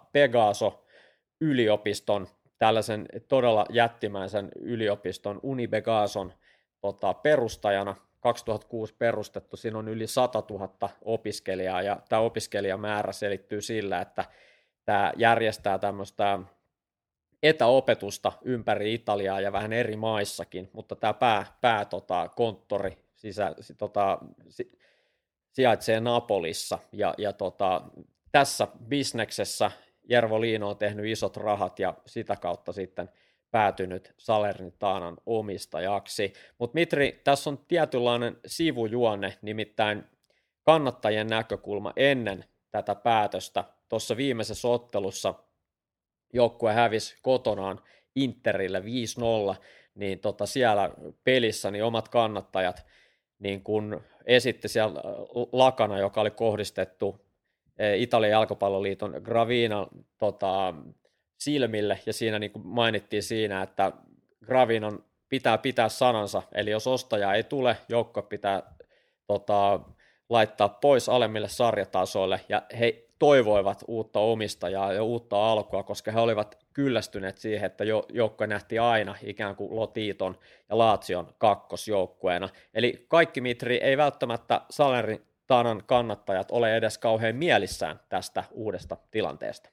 [SPEAKER 2] Pegaso-yliopiston, tällaisen todella jättimäisen yliopiston Unibegason tota, perustajana, kaksituhattakuusi perustettu, siinä on yli sata tuhatta opiskelijaa, ja tämä opiskelijamäärä selittyy sillä, että tämä järjestää tämmöistä etäopetusta ympäri Italiaa ja vähän eri maissakin, mutta tämä pää, pää tota, konttori sisä, tota, si, sijaitsee Napolissa, ja, ja tota, tässä bisneksessä Jervolino on tehnyt isot rahat ja sitä kautta sitten päätynyt Salernitanan omistajaksi. Mutta Mitri, tässä on tietynlainen sivujuonne, nimittäin kannattajien näkökulma ennen tätä päätöstä. Tuossa viimeisessä ottelussa joukkue hävisi kotonaan Interille viisi nolla, niin tota siellä pelissä niin omat kannattajat niin kun esitti siellä lakana, joka oli kohdistettu Italian jalkapalloliiton Gravina tota, silmille, ja siinä niin kuin mainittiin siinä, että Gravinon pitää pitää sanansa, eli jos ostaja ei tule, joukko pitää tota, laittaa pois alemmille sarjatasoille, ja he toivoivat uutta omistajaa ja uutta alkua, koska he olivat kyllästyneet siihen, että joukko nähtiin aina ikään kuin Lotiton ja Lazion kakkosjoukkueena. Eli kaikki, Mitri, ei välttämättä Salernitanan kannattajat ole edes kauhean mielissään tästä uudesta tilanteesta.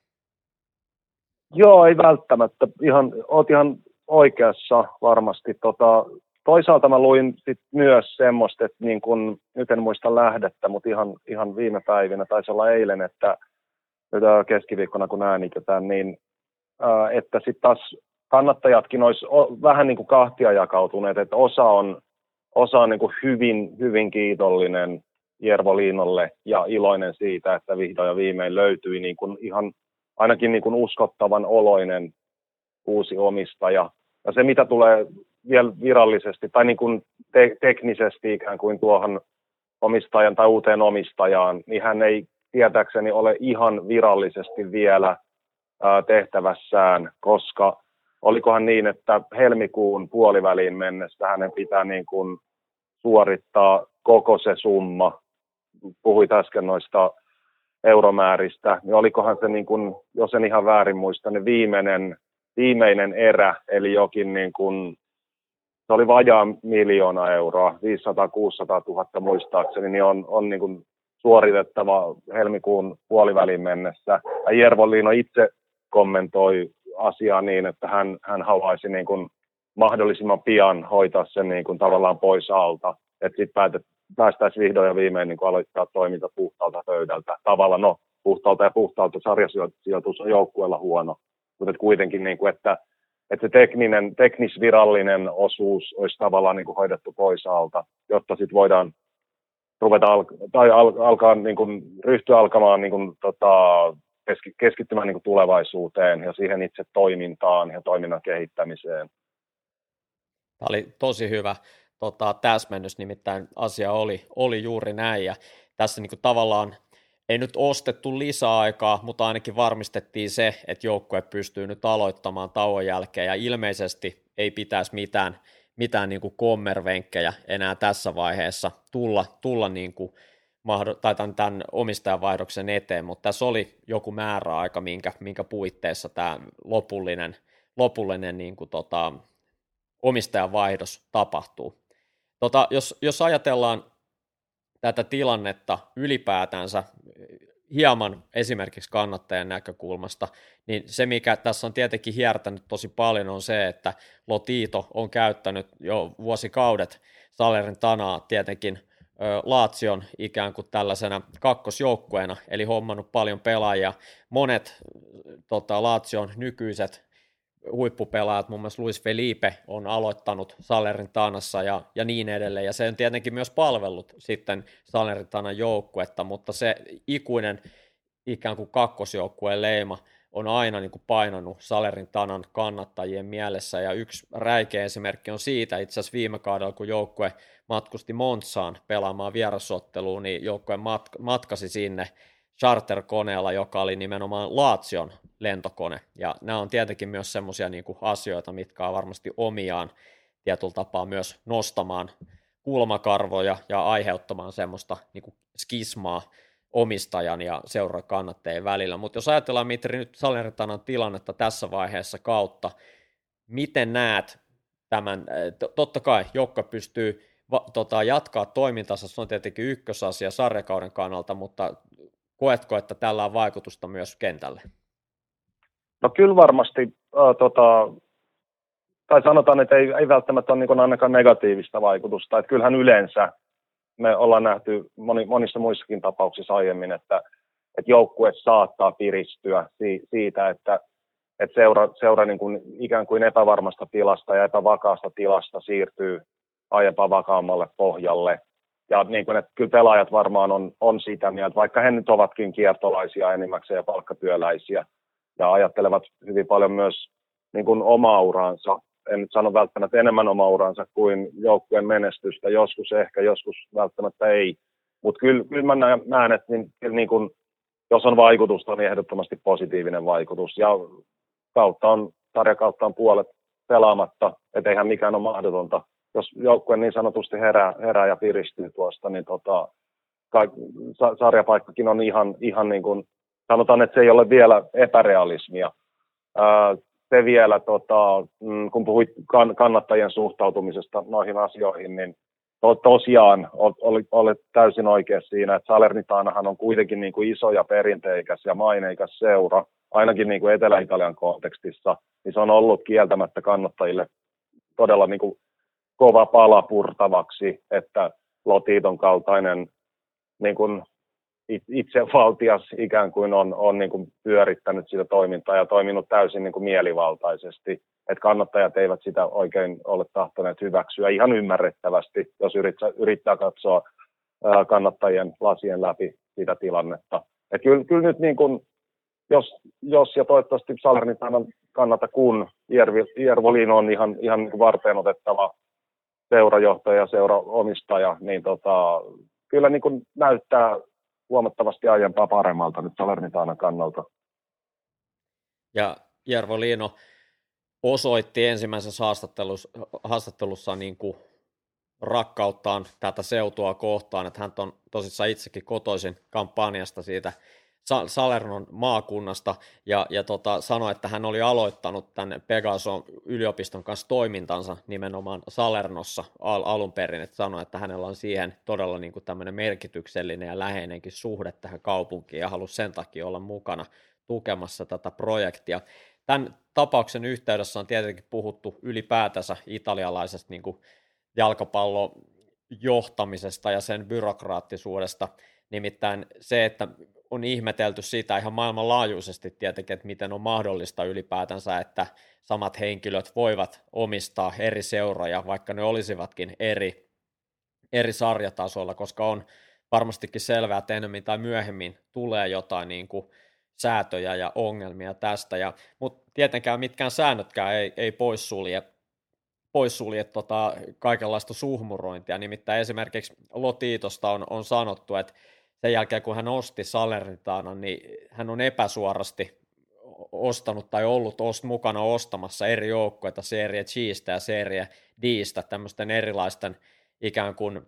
[SPEAKER 3] Joo, ei välttämättä. Ihan, oot ihan oikeassa varmasti. Tota, toisaalta mä luin sit myös semmoista, että niin kun, nyt en muista lähdettä, mutta ihan, ihan viime päivinä, taisi olla eilen, että nyt keskiviikkona kun äänitetään, niin että sitten taas kannattajatkin olisi vähän niin kuin kahtia jakautuneet, että osa on, osa on niin kuin hyvin, hyvin kiitollinen Jervo Liinolle ja iloinen siitä, että vihdoin ja viimein löytyi niin kuin ihan ainakin niin kuin uskottavan oloinen uusi omistaja. Ja se, mitä tulee vielä virallisesti tai niin kuin te- teknisesti ikään kuin tuohon omistajan tai uuteen omistajaan, niin hän ei tietääkseni ole ihan virallisesti vielä ää, tehtävässään, koska olikohan niin, että helmikuun puoliväliin mennessä hänen pitää niin kuin suorittaa koko se summa. Puhuit äsken noista euromääristä, niin olikohan se, niin kuin, jos en ihan väärin muista, niin viimeinen, viimeinen erä, eli jokin niin kuin, se oli vajaa miljoona euroa, viisisataa kuusisataa tuhatta muistaakseni, niin on, on niin kuin suoritettava helmikuun puoliväliin mennessä. Ja Jervo Liino itse kommentoi asiaa niin, että hän, hän haluaisi niin kuin mahdollisimman pian hoitaa sen niin kuin tavallaan pois alta, että sitten päästäisiin vihdoin ja viimein niin kuin aloittaa toiminta puhtaalta pöydältä. Tavallaan no, puhtaalta ja puhtaalta sarjasijoitus on joukkueella huono, mutta kuitenkin, niin kuin, että, että se tekninen, teknisvirallinen osuus olisi tavallaan niin kuin hoidettu pois alta, jotta sitten voidaan ruveta al- tai al- alkaa niin kuin, ryhtyä alkamaan niin kuin, tota, keski- keskittymään niin kuin tulevaisuuteen ja siihen itse toimintaan ja toiminnan kehittämiseen.
[SPEAKER 2] Tämä oli tosi hyvä tota, täsmennys, nimittäin asia oli, oli juuri näin, ja tässä niin kuin tavallaan ei nyt ostettu lisäaikaa, mutta ainakin varmistettiin se, että joukkue pystyy nyt aloittamaan tauon jälkeen, ja ilmeisesti ei pitäisi mitään, mitään niin kuin kommervenkkejä enää tässä vaiheessa tulla, tulla niin kuin tai tämän, tämän omistajanvaihdoksen eteen, mutta tässä oli joku määräaika, minkä, minkä puitteissa tämä lopullinen, lopullinen niin kuin tota, omistajanvaihdos tapahtuu. Tota, jos, jos ajatellaan tätä tilannetta ylipäätänsä hieman esimerkiksi kannattajan näkökulmasta, niin se, mikä tässä on tietenkin hiertänyt tosi paljon, on se, että Lotito on käyttänyt jo vuosikaudet Salernitanaa tietenkin Lazion ikään kuin tällaisena kakkosjoukkueena, eli hommannut paljon pelaajia. Monet tota, Lazion nykyiset huippupelaajat, muun muassa Luis Felipe on aloittanut Salernitanassa ja, ja niin edelleen, ja se on tietenkin myös palvellut sitten Salernitanan joukkuetta, mutta se ikuinen ikään kuin kakkosjoukkueen leima on aina niin kuin painanut Salernitanan kannattajien mielessä, ja yksi räikeä esimerkki on siitä, itse asiassa viime kaudella, kun joukkue matkusti Montsaan pelaamaan vierasotteluun, niin joukkue mat- matkasi sinne charterkoneella, joka oli nimenomaan Lazion lentokone, ja nämä on tietenkin myös semmoisia niin kuin asioita, mitkä on varmasti omiaan tietyllä tapaa myös nostamaan kulmakarvoja ja aiheuttamaan semmoista niin kuin skismaa omistajan ja seuran kannattajien välillä. Mutta jos ajatellaan, Mitri, nyt Salernitanan tilannetta tässä vaiheessa kautta, miten näet tämän, totta kai joukkue pystyy va, tota, jatkaa toimintansa, se on tietenkin ykkösasia sarjakauden kannalta, mutta koetko, että tällä on vaikutusta myös kentälle?
[SPEAKER 3] No kyllä varmasti, äh, tota, tai sanotaan, että ei, ei välttämättä ole niin ainakaan negatiivista vaikutusta. Että kyllähän yleensä me ollaan nähty moni, monissa muissakin tapauksissa aiemmin, että, että joukkue saattaa piristyä si, siitä, että, että seura, seura niin kuin ikään kuin epävarmasta tilasta ja epävakaasta tilasta siirtyy aiempaa vakaammalle pohjalle. Ja niin kuin, että kyllä pelaajat varmaan on, on sitä mieltä, vaikka he nyt ovatkin kiertolaisia enimmäkseen ja palkkatyöläisiä ja ajattelevat hyvin paljon myös niin kuin omaa uraansa. En nyt sano välttämättä enemmän omaa uraansa kuin joukkueen menestystä, joskus ehkä, joskus välttämättä ei. Mutta kyllä, kyllä mä näen, että niin, niin kuin, jos on vaikutusta, niin ehdottomasti positiivinen vaikutus. Ja kautta on, sarjakautta on puolet pelaamatta, et eihän mikään ole mahdotonta. Jos joukkue niin sanotusti herää, herää ja piristyy tuosta, niin tota, ka- sarjapaikkakin on ihan, ihan niin kuin, sanotaan, että se ei ole vielä epärealismia. Ää, se vielä, tota, kun puhuit kann- kannattajien suhtautumisesta noihin asioihin, niin to- tosiaan olet, olet täysin oikea siinä, että Salernitanahan on kuitenkin niin kuin iso ja perinteikäs ja maineikas seura, ainakin niin kuin Etelä-Italian kontekstissa, niin se on ollut kieltämättä kannattajille todella niin kuin kova pala purtavaksi, että Lotiton kaltainen niin kuin itsevaltias ikään kuin on, on niin kuin pyörittänyt sitä toimintaa ja toiminut täysin niin kuin mielivaltaisesti. Että kannattajat eivät sitä oikein ole tahtoneet hyväksyä ihan ymmärrettävästi, jos yrittää, yrittää katsoa ää, kannattajien lasien läpi sitä tilannetta. Et kyllä, kyllä nyt niin kuin, jos, jos ja toivottavasti Salernitanan kannata, kun Jervo Lino on ihan, ihan niin kuin varteen otettava seurajohtaja ja seuraomistaja, niin tota, kyllä niin kuin näyttää huomattavasti aiempaa paremmalta nyt Salernitanan kannalta.
[SPEAKER 2] Ja Jervo Lino osoitti ensimmäisessä haastattelussa, haastattelussa niin kuin rakkauttaan tätä seutua kohtaan, että hän on tosissaan itsekin kotoisin kampanjasta siitä Salernon maakunnasta, ja, ja tota, sanoi, että hän oli aloittanut tämän Pegason yliopiston kanssa toimintansa nimenomaan Salernossa al- alun perin, että sanoi, että hänellä on siihen todella niin kuin tämmöinen merkityksellinen ja läheinenkin suhde tähän kaupunkiin, ja halusi sen takia olla mukana tukemassa tätä projektia. Tämän tapauksen yhteydessä on tietenkin puhuttu ylipäätänsä italialaisesta niin kuin jalkapallon johtamisesta ja sen byrokraattisuudesta, nimittäin se, että on ihmetelty sitä ihan maailmanlaajuisesti tietenkin, että miten on mahdollista ylipäätänsä, että samat henkilöt voivat omistaa eri seuroja, vaikka ne olisivatkin eri, eri sarjatasoilla, koska on varmastikin selvää, että enemmän tai myöhemmin tulee jotain niin kuin säätöjä ja ongelmia tästä, ja, mutta tietenkään mitkään säännötkään ei, ei poissulje, poissulje tota kaikenlaista suhmurointia, nimittäin esimerkiksi Lotitosta on, on sanottu, että sen jälkeen, kun hän osti Salernitanan, niin hän on epäsuorasti ostanut tai ollut ost, mukana ostamassa eri joukkoita Serie G:stä ja Serie D:stä, tämmöisten erilaisten ikään kuin,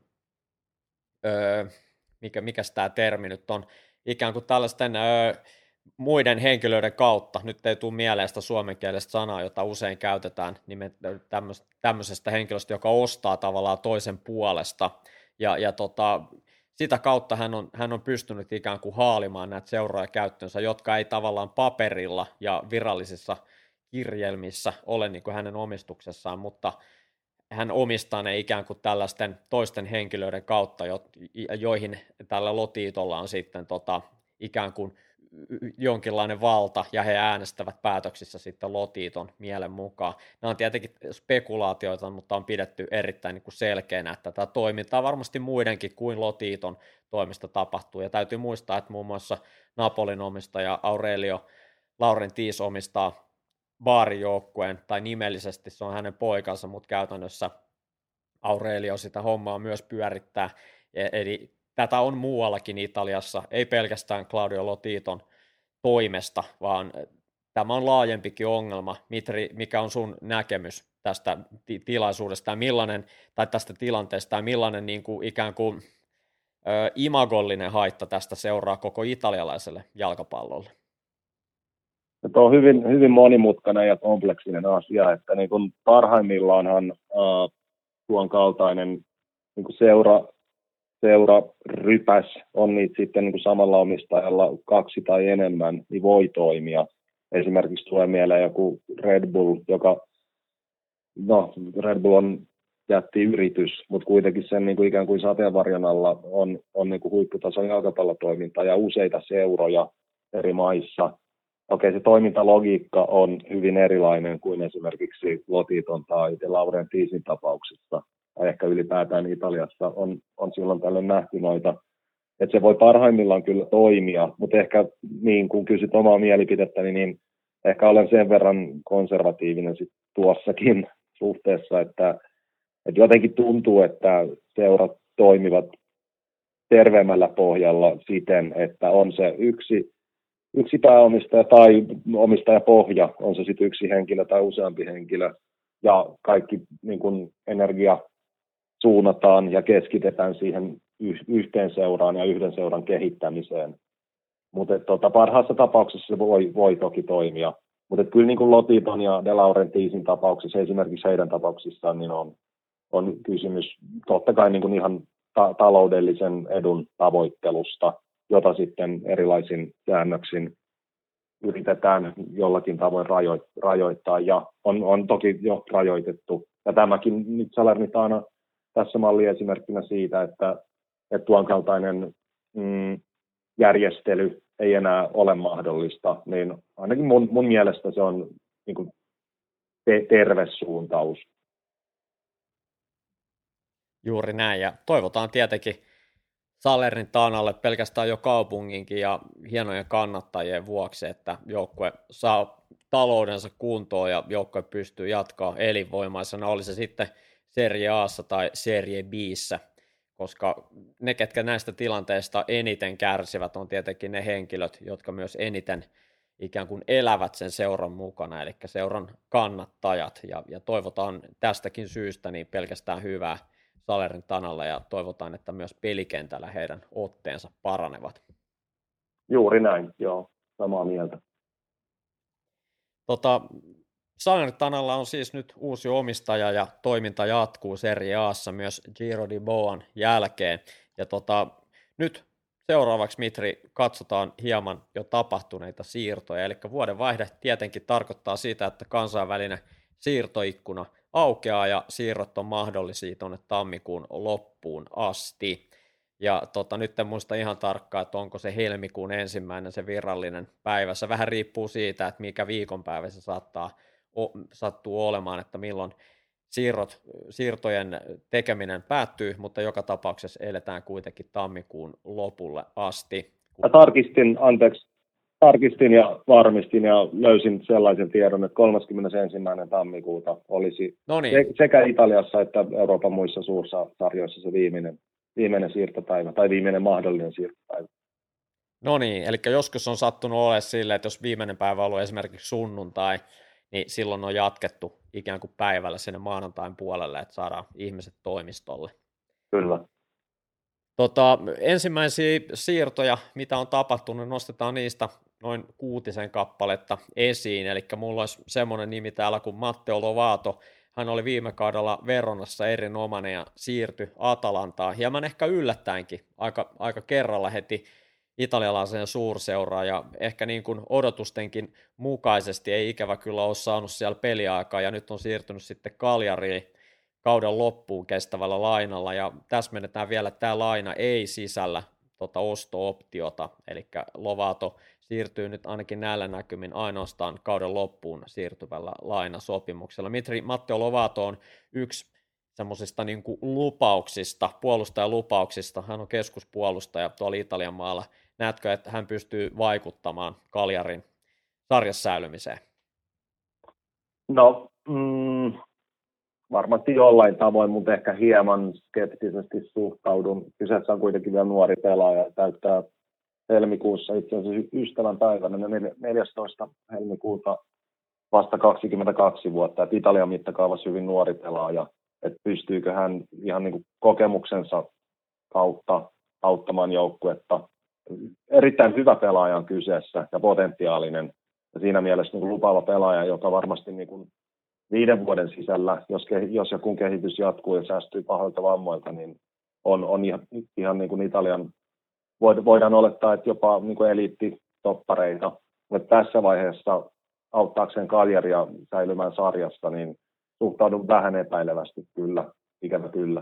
[SPEAKER 2] öö, mikä, mikäs tämä termi nyt on, ikään kuin tällaisten öö, muiden henkilöiden kautta, nyt ei tule mieleen sitä suomenkielistä sanaa, jota usein käytetään tämmöisestä henkilöstä, joka ostaa tavallaan toisen puolesta, ja, ja tota, sitä kautta hän on, hän on pystynyt ikään kuin haalimaan näitä seuroja käyttöönsä, jotka ei tavallaan paperilla ja virallisissa kirjelmissä ole niin kuin hänen omistuksessaan, mutta hän omistaa ne ikään kuin tällaisten toisten henkilöiden kautta, joihin tällä Lotitolla on sitten tota, ikään kuin jonkinlainen valta, ja he äänestävät päätöksissä sitten Lotiton mielen mukaan. Nämä on tietenkin spekulaatioita, mutta on pidetty erittäin niin kuin selkeänä, että tätä toimintaa varmasti muidenkin kuin Lotiton toimista tapahtuu, ja täytyy muistaa, että muun muassa Napolin omistaja Aurelio Laurentiis omistaa Bari-joukkueen, tai nimellisesti se on hänen poikansa, mutta käytännössä Aurelio sitä hommaa myös pyörittää, eli tätä on muuallakin Italiassa, ei pelkästään Claudio Lotiton toimesta, vaan tämä on laajempikin ongelma. Mitri, mikä on sun näkemys tästä ti- tilaisuudesta ja millainen, tai tästä tilanteesta ja millainen niin kuin, ikään kuin ö, imagollinen haitta tästä seuraa koko italialaiselle jalkapallolle?
[SPEAKER 3] Tuo on hyvin, hyvin monimutkainen ja kompleksinen asia, että niin kuin parhaimmillaanhan äh, tuon kaltainen niin kuin seura seura rypäs on niitä sitten niin kuin samalla omistajalla kaksi tai enemmän, niin voi toimia. Esimerkiksi tulee mieleen joku Red Bull, joka, no Red Bull on jättiyritys, mutta kuitenkin sen niin kuin ikään kuin sateenvarjon alla on, on niin kuin huipputason jalkapallotoiminta ja useita seuroja eri maissa. Okei, se toimintalogiikka on hyvin erilainen kuin esimerkiksi Lotiton tai De Laurentiisin tapauksessa. Tai ehkä ylipäätään Italiassa on, on silloin tällöin nähty noita, että se voi parhaimmillaan kyllä toimia, mutta ehkä niin kun kysyt omaa mielipidettäni, niin ehkä olen sen verran konservatiivinen sit tuossakin suhteessa, että, että jotenkin tuntuu, että seurat toimivat terveemmällä pohjalla siten, että on se yksi, yksi pääomistaja tai omistajapohja, on se sitten yksi henkilö tai useampi henkilö, ja kaikki niin kun energia suunnataan ja keskitetään siihen yhteen seuraan ja yhden seuran kehittämiseen. Mutta tota, parhaassa tapauksessa se voi, voi toki toimia. Mutta kyllä niin kuin Lotiton ja De Laurentiisin tapauksissa, esimerkiksi heidän tapauksissaan, niin on, on kysymys totta kai niin kuin ihan ta- taloudellisen edun tavoittelusta, jota sitten erilaisin säännöksin yritetään jollakin tavoin rajo- rajoittaa, ja on, on toki jo rajoitettu. Ja tämäkin nyt Salernitana tässä malli esimerkkinä siitä, että, että tuon kaltainen mm, järjestely ei enää ole mahdollista, niin ainakin mun, mun mielestä se on niin kuin te- terve suuntaus.
[SPEAKER 2] Juuri näin, ja toivotaan tietenkin Salernitanalle pelkästään jo kaupunginkin ja hienojen kannattajien vuoksi, että joukkue saa taloudensa kuntoon ja joukkue pystyy jatkaa elinvoimaisena, oli se sitten Serie A:ssa tai Serie B:ssä, koska ne, ketkä näistä tilanteista eniten kärsivät, on tietenkin ne henkilöt, jotka myös eniten ikään kuin elävät sen seuran mukana, eli seuran kannattajat, ja, ja toivotaan tästäkin syystä niin pelkästään hyvää Salernitanalle, ja toivotaan, että myös pelikentällä heidän otteensa paranevat.
[SPEAKER 3] Juuri näin, joo, samaa mieltä.
[SPEAKER 2] Tota, Salernitanalla on siis nyt uusi omistaja ja toiminta jatkuu Serie A:ssa myös Giro di Boan jälkeen. Ja tota, nyt seuraavaksi, Mitri, katsotaan hieman jo tapahtuneita siirtoja. Eli vuodenvaihde tietenkin tarkoittaa sitä, että kansainvälinen siirtoikkuna aukeaa ja siirrot on mahdollisia tuonne tammikuun loppuun asti. Ja tota, nyt en muista ihan tarkkaan, että onko se helmikuun ensimmäinen se virallinen päivä. Se vähän riippuu siitä, että mikä viikonpäivä se saattaa, o, sattuu olemaan, että milloin siirrot, siirtojen tekeminen päättyy, mutta joka tapauksessa eletään kuitenkin tammikuun lopulle asti.
[SPEAKER 3] Mä tarkistin, anteeksi, tarkistin ja varmistin ja löysin sellaisen tiedon, että kolmaskymmenesensimmäinen tammikuuta olisi
[SPEAKER 2] Noniin.
[SPEAKER 3] sekä Italiassa että Euroopan muissa suurissa sarjoissa se viimeinen, viimeinen siirtopäivä tai viimeinen mahdollinen siirtopäivä.
[SPEAKER 2] No niin, eli joskus on sattunut olemaan silleen, että jos viimeinen päivä on ollut esimerkiksi sunnuntai, niin silloin on jatkettu ikään kuin päivällä sinne maanantain puolelle, että saadaan ihmiset toimistolle.
[SPEAKER 3] Kyllä.
[SPEAKER 2] Tota, ensimmäisiä siirtoja, mitä on tapahtunut, nostetaan niistä noin kuutisen kappaletta esiin, eli mulla olisi semmoinen nimi täällä kuin Matteo Lovato. Hän oli viime kaudella Veronassa erinomainen ja siirtyi Atalantaan, hieman ehkä yllättäenkin, aika, aika kerralla heti italialaiseen suurseuraan, ja ehkä niin kuin odotustenkin mukaisesti ei ikävä kyllä ole saanut siellä peliaikaa, ja nyt on siirtynyt sitten Cagliariin kauden loppuun kestävällä lainalla, ja täsmennetään vielä, että tämä laina ei sisällä tota osto-optiota, eli Lovato siirtyy nyt ainakin näillä näkymin ainoastaan kauden loppuun siirtyvällä lainasopimuksella. Mitri, Matteo Lovato on yksi semmoisista niin kuin lupauksista, puolustajalupauksista, hän on keskuspuolustaja tuolla Italian maalla. Näetkö, että hän pystyy vaikuttamaan Cagliarin sarjassa säilymiseen?
[SPEAKER 3] No, mm, varmasti jollain tavoin, mutta ehkä hieman skeptisesti suhtaudun. Kyseessä on kuitenkin vielä nuori pelaaja, täyttää helmikuussa itse asiassa ystävän päivänä, neljästoista helmikuuta vasta kaksikymmentäkaksi vuotta, että Italian mittakaavassa hyvin nuori pelaaja, että pystyykö hän ihan niin kuin kokemuksensa kautta auttamaan joukkuetta. Erittäin hyvä pelaaja on kyseessä ja potentiaalinen, ja siinä mielessä niin kuin lupaava pelaaja, joka varmasti niin kuin viiden vuoden sisällä, jos, jos ja kun kehitys jatkuu ja säästyy pahoilta vammoilta, niin on, on ihan, ihan niin kuin Italian, voidaan olettaa, että jopa niin kuin eliittitoppareita. Mutta tässä vaiheessa auttaakseen Cagliaria säilymään sarjassa, niin suhtaudun vähän epäilevästi kyllä, ikävä kyllä.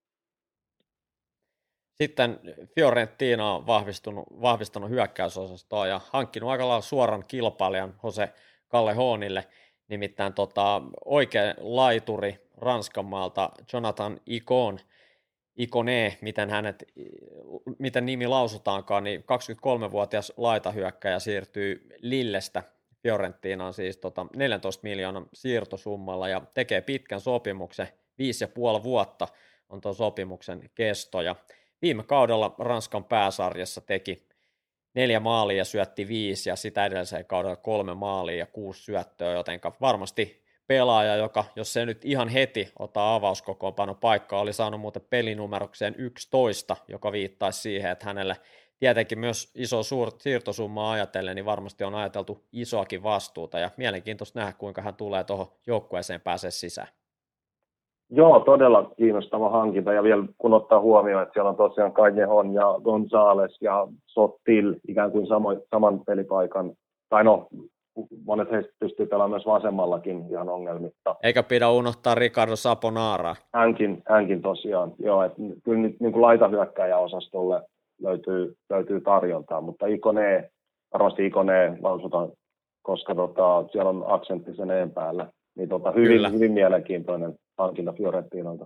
[SPEAKER 2] Sitten Fiorentina on vahvistunut, vahvistanut hyökkäysosastoa ja hankkinut aika lailla suoran kilpailijan Jose Callejonille, nimittäin tota, oikea laituri Ranskan maalta Jonathan Ikon, Ikone, miten, hänet, miten nimi lausutaankaan, niin kaksikymmentäkolmevuotias laitahyökkäjä siirtyy Lillestä Fiorentinaan siis tota neljäntoista miljoonan siirtosummalla ja tekee pitkän sopimuksen, viisi ja puoli vuotta on tuon sopimuksen kesto, ja viime kaudella Ranskan pääsarjassa teki neljä maalia ja syötti viisi, ja sitä edelliseen kaudella kolme maalia ja kuusi syöttöä, joten varmasti pelaaja, joka, jos se nyt ihan heti ottaa avauskokoonpano paikkaa, oli saanut muuten pelinumerokseen yksitoista, joka viittaisi siihen, että hänelle tietenkin myös iso suur, siirtosummaa ajatellen, niin varmasti on ajateltu isoakin vastuuta, ja mielenkiintoista nähdä, kuinka hän tulee tuohon joukkueeseen pääsee sisään.
[SPEAKER 3] Joo, todella kiinnostava hankinta, ja vielä kun ottaa huomioon, että siellä on tosiaan Callejon ja González ja Sottil ikään kuin samo, saman pelipaikan, tai no, monet heistä pystyy pelaamaan myös vasemmallakin ihan ongelmitta.
[SPEAKER 2] Eikä pidä unohtaa Ricardo Saponaraa.
[SPEAKER 3] Hänkin, hänkin tosiaan, joo, että kyllä nyt niin kuin laitahyökkääjäosastolle löytyy, löytyy tarjontaa, mutta Ikone, varmasti Ikone lausutaan, koska tota, siellä on aksentti sen een päällä, niin tota, hyvin, hyvin mielenkiintoinen hankinta Fiorentinalta.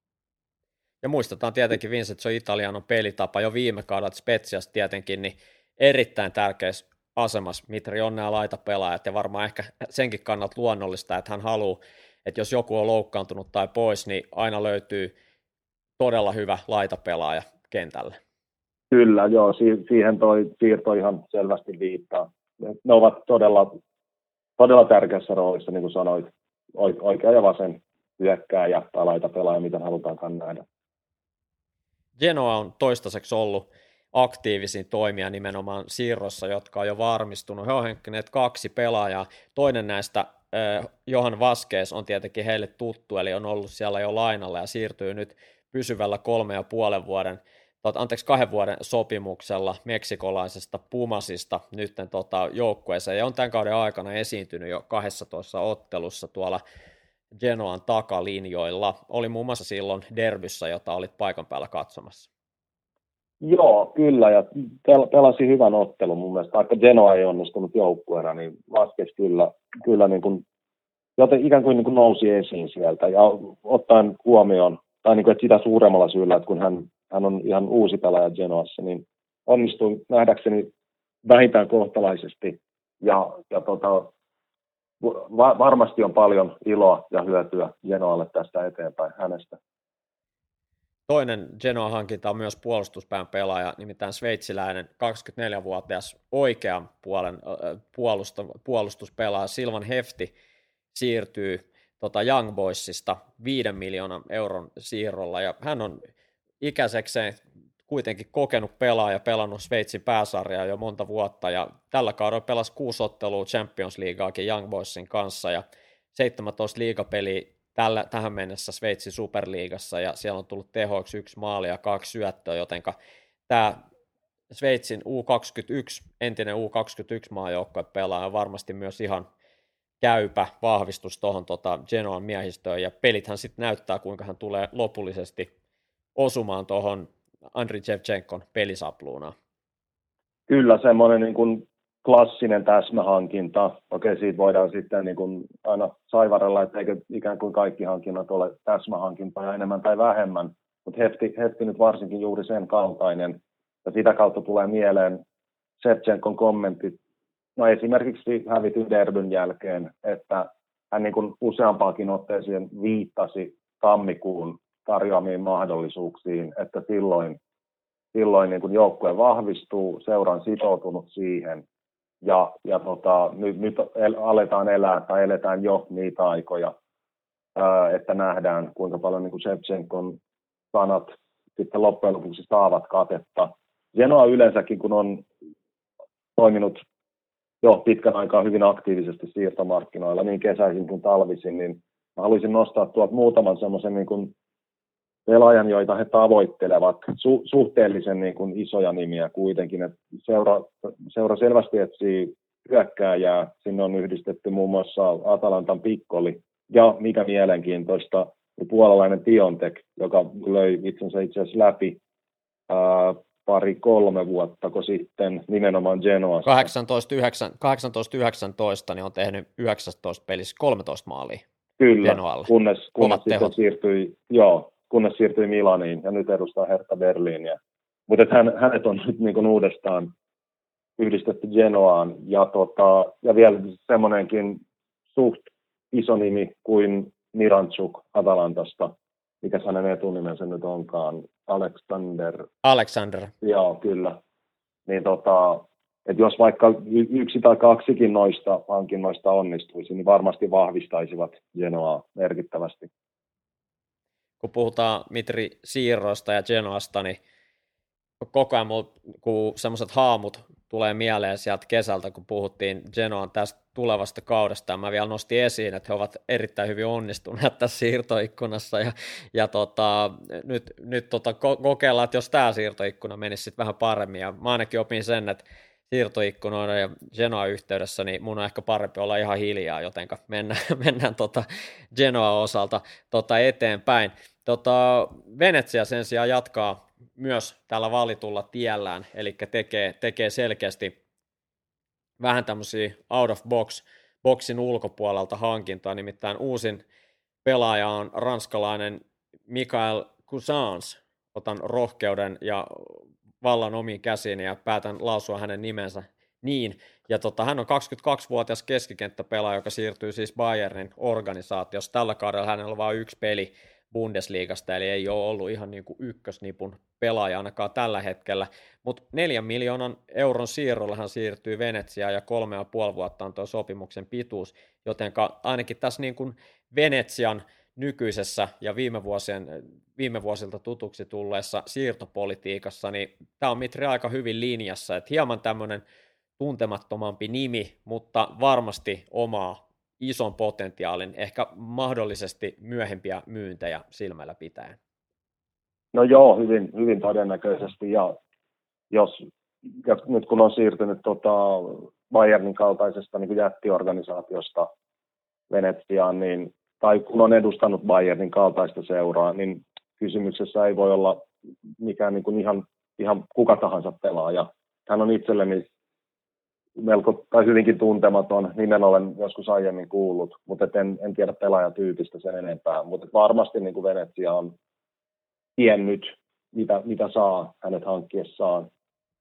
[SPEAKER 2] Ja muistetaan tietenkin Vincenzo Italianon pelitapa jo viime kaudelta Spezias tietenkin, niin erittäin tärkeässä asemassa Mitri onnea laitapelaajat, ja varmaan ehkä senkin kannalta luonnollista, että hän haluaa, että jos joku on loukkaantunut tai pois, niin aina löytyy todella hyvä laitapelaaja kentälle.
[SPEAKER 3] Kyllä, joo, siihen toi siirto ihan selvästi viittaa. Ne ovat todella, todella tärkeässä roolissa, niin kuin sanoit, oikea ja vasen hyökkääjä tai laitapelaaja, mitä halutaankaan nähdä.
[SPEAKER 2] Genoa on toistaiseksi ollut aktiivisin toimija nimenomaan siirrossa, jotka on jo varmistunut. He ovat hankkineet kaksi pelaajaa. Toinen näistä, eh, Johan Vasquez, on tietenkin heille tuttu, eli on ollut siellä jo lainalla ja siirtyy nyt pysyvällä kolme ja puolen vuoden, tot, anteeksi kahden vuoden sopimuksella meksikolaisesta Pumasista nytten tota, joukkueeseen, ja on tämän kauden aikana esiintynyt jo kahdessatoista ottelussa tuolla Genoan takalinjoilla. Oli muun muassa silloin derbyssä, jota olit paikan päällä katsomassa.
[SPEAKER 3] Joo, kyllä, ja pel- pelasi hyvän ottelun mun mielestä. Vaikka Genoa ei onnistunut joukkueena, niin Vasquez kyllä, kyllä niin kuin, joten ikään kuin, niin kuin nousi esiin sieltä, ja ottaen huomioon, tai niin kuin, että sitä suuremmalla syyllä, että kun hän, hän on ihan uusi pelaaja Genoassa, niin onnistui nähdäkseni vähintään kohtalaisesti, ja, ja tota, va- varmasti on paljon iloa ja hyötyä Genoalle tästä eteenpäin hänestä. Toinen
[SPEAKER 2] Genoa-hankinta on myös puolustuspään pelaaja, nimittäin sveitsiläinen kaksikymmentäneljävuotias oikean puolen puolustuspelaaja Silvan Hefti siirtyy tota Young Boysista viiden miljoonan euron siirrolla, ja hän on ikäisekseen kuitenkin kokenut pelaaja, pelannut Sveitsin pääsarjaa jo monta vuotta, ja tällä kaudella pelasi kuusi ottelua Champions Leagueakin Young Boysin kanssa, ja seitsemäntoista liigapeliä tällä, tähän mennessä Sveitsin Superliigassa, ja siellä on tullut tehoiksi yksi maali ja kaksi syöttöä, jotenka tämä Sveitsin U kaksikymmentäyksi, entinen U kaksikymmentäyksi maajoukkue pelaaja on varmasti myös ihan käypä vahvistus tuohon tota Genoan miehistöön, ja pelithän sitten näyttää, kuinka hän tulee lopullisesti osumaan tuohon Andriy Shevchenkon pelisapluunaan.
[SPEAKER 3] Kyllä, semmoinen niin kuin klassinen täsmähankinta. Okei, siitä voidaan sitten niin kuin aina saivarella, että eikö ikään kuin kaikki hankinnat ole täsmähankintoja enemmän tai vähemmän, mutta hefti, hefti nyt varsinkin juuri sen kaltainen, ja sitä kautta tulee mieleen Shevchenkon kommentit, no esimerkiksi hävityn derbyn jälkeen, että hän niin kuin useampaakin otteeseen viittasi tammikuun tarjoamiin mahdollisuuksiin, että silloin, silloin niin kuin joukkue vahvistuu, seura on sitoutunut siihen, ja, ja tota, nyt, nyt aletaan elää tai eletään jo niitä aikoja, ää, että nähdään, kuinka paljon niin kuin Shevchenkon sanat sitten loppujen lopuksi saavat katetta. Genoa yleensäkin, kun on toiminut jo pitkän aikaa hyvin aktiivisesti siirtomarkkinoilla, niin kesäisin kuin talvisin, niin mä haluaisin nostaa tuolta muutaman semmoisen niin kuin pelaajan, joita he tavoittelevat, su- suhteellisen niin kuin isoja nimiä kuitenkin. Et seura, seura selvästi etsii hyökkääjää, sinne on yhdistetty muun muassa Atalantan Piccoli, ja mikä mielenkiintoista, puolalainen Piontek, joka löi itsensä itse asiassa läpi ää, pari kolme vuottako sitten nimenomaan Genoassa.
[SPEAKER 2] kahdeksantoista yhdeksäntoista niin on tehnyt yhdeksäntoista pelissä kolmetoista maalia.
[SPEAKER 3] Kyllä,
[SPEAKER 2] Genoalle.
[SPEAKER 3] kunnes, kunnes sitten siirtyi, joo, kunnes siirtyi Milaniin ja nyt edustaa Hertha Berliiniä. Mutta hän, hänet on nyt niin kuin uudestaan yhdistetty Genoaan, ja, tota, ja vielä semmoinenkin suht iso nimi kuin Miranchuk Atalantasta, mikä hänen etunimensä nyt onkaan, Alexander.
[SPEAKER 2] Alexander.
[SPEAKER 3] Joo, kyllä. Niin tota, että jos vaikka yksi tai kaksikin noista hankinnoista onnistuisi, niin varmasti vahvistaisivat Genoaa merkittävästi.
[SPEAKER 2] Kun puhutaan Mitri siirroista ja Genoasta, niin koko ajan mulla, kun semmoiset haamut tulee mieleen sieltä kesältä, kun puhuttiin Genoan tästä tulevasta kaudesta, ja mä vielä nostin esiin, että he ovat erittäin hyvin onnistuneet tässä siirtoikkunassa, ja, ja tota, nyt, nyt tota, kokeillaan, että jos tämä siirtoikkuna menisi sitten vähän paremmin, ja mä ainakin opin sen, että siirtoikkunoiden ja Genoan yhteydessä, niin mun on ehkä parempi olla ihan hiljaa, jotenka mennään, mennään tota Genoa osalta tota eteenpäin. Tota, Venetsia sen sijaan jatkaa myös tällä valitulla tiellään, eli tekee, tekee selkeästi vähän tämmöisiä out of box, boxin ulkopuolelta hankintoa, nimittäin uusin pelaaja on ranskalainen Michael Cousins. Otan rohkeuden ja vallan omiin käsiin ja päätän lausua hänen nimensä niin. Ja tota, hän on kaksikymmentäkaksivuotias keskikenttäpelaaja, joka siirtyy siis Bayernin organisaatiossa. Tällä kaudella hänellä on vain yksi peli Bundesliigasta, eli ei ole ollut ihan niin kuin ykkösnipun pelaaja ainakaan tällä hetkellä. Mutta neljän miljoonan euron siirrolla hän siirtyy Venetsiaan ja kolme ja puoli vuotta on tuo sopimuksen pituus, jotenka ainakin tässä niin kuin Venetsian nykyisessä ja viime, vuosien, viime vuosilta tutuksi tulleessa siirtopolitiikassa, niin tämä on Mitri aika hyvin linjassa, että hieman tämmöinen tuntemattomampi nimi, mutta varmasti omaa ison potentiaalin, ehkä mahdollisesti myöhempiä myyntejä silmällä pitäen.
[SPEAKER 3] No joo, hyvin, hyvin todennäköisesti, ja jos, ja nyt kun on siirtynyt tota Bayernin kaltaisesta niin kuin jättiorganisaatiosta Venetsiaan, niin tai kun on edustanut Bayernin kaltaista seuraa, niin kysymyksessä ei voi olla mikään niin kuin ihan, ihan kuka tahansa pelaaja. Hän on itselleni melko tai hyvinkin tuntematon, nimen olen joskus aiemmin kuullut, mutta en, en tiedä pelaajatyypistä sen enempää. Mutta varmasti niin kuin Venetsia on tiennyt, mitä, mitä saa hänet hankkiessaan.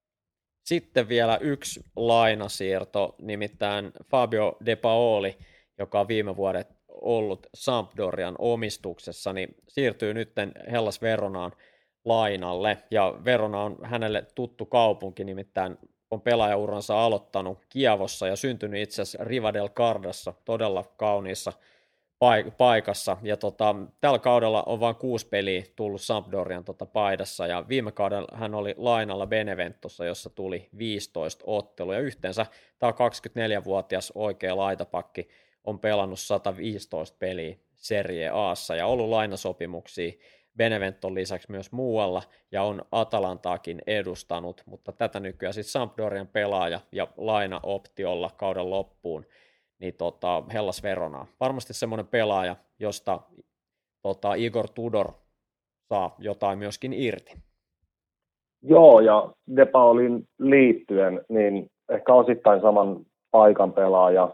[SPEAKER 2] Sitten vielä yksi lainasiirto, nimittäin Fabio De Paoli, joka on viime vuodet ollut Sampdorian omistuksessa, niin siirtyy nyt Hellas Veronaan lainalle, ja Verona on hänelle tuttu kaupunki, nimittäin on pelaajauransa aloittanut Kievossa ja syntynyt itse asiassa Riva del Gardassa, todella kauniissa paikassa, ja tota, tällä kaudella on vain kuusi peliä tullut Sampdorian tota paidassa, ja viime kaudella hän oli lainalla Beneventossa, jossa tuli viisitoista ottelua, ja yhteensä tämä kaksikymmentäneljävuotias oikea laitapakki on pelannut sata viisitoista peliä Serie A:ssa ja ollut lainasopimuksia Beneventon lisäksi myös muualla ja on Atalantaakin edustanut, mutta tätä nykyään siis Sampdorian pelaaja ja lainaoptiolla kauden loppuun, niin tota, Hellas Veronaa. Varmasti semmoinen pelaaja, josta tota, Igor Tudor saa jotain myöskin irti.
[SPEAKER 3] Joo, ja De Paulin liittyen, niin ehkä osittain saman paikan pelaaja,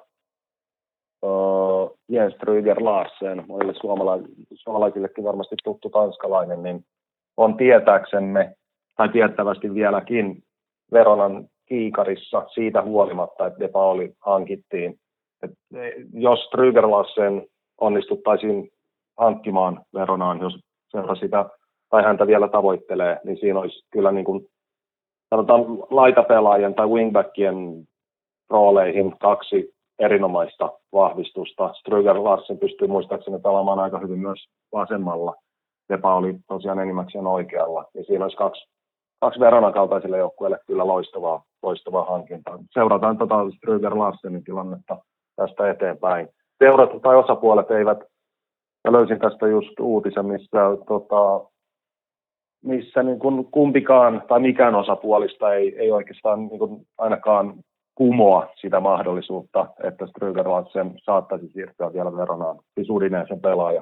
[SPEAKER 3] Uh, Jens Stryger Larsen, monille suomala- suomalaisillekin varmasti tuttu tanskalainen, niin on tietääksemme, tai tiettävästi vieläkin, Veronan kiikarissa siitä huolimatta, että De Pauli hankittiin. Et jos Stryger Larsen onnistuttaisiin hankkimaan Veronaan, jos seura sitä tai häntä vielä tavoittelee, niin siinä olisi kyllä niin kuin, sanotaan laitapelaajien tai wingbackien rooleihin kaksi erinomaista vahvistusta. Stryger Larsen pystyy muistaakseni pelaamaan aika hyvin myös vasemmalla. Depa oli tosiaan enimmäkseen oikealla. Niin siinä olisi kaksi, kaksi Veronan kaltaisille joukkueille kyllä loistavaa, loistavaa hankintaa. Seurataan tota Stryger Larsenin tilannetta tästä eteenpäin. Seurat tai osapuolet eivät, mä löysin tästä just uutisen, missä, tota, missä niin kuin kumpikaan tai mikään osapuolista ei, ei oikeastaan niin kuin ainakaan kumoa sitä mahdollisuutta, että Stryger Larsen saattaisi siirtyä vielä Veronaan, siis Udineesen pelaaja.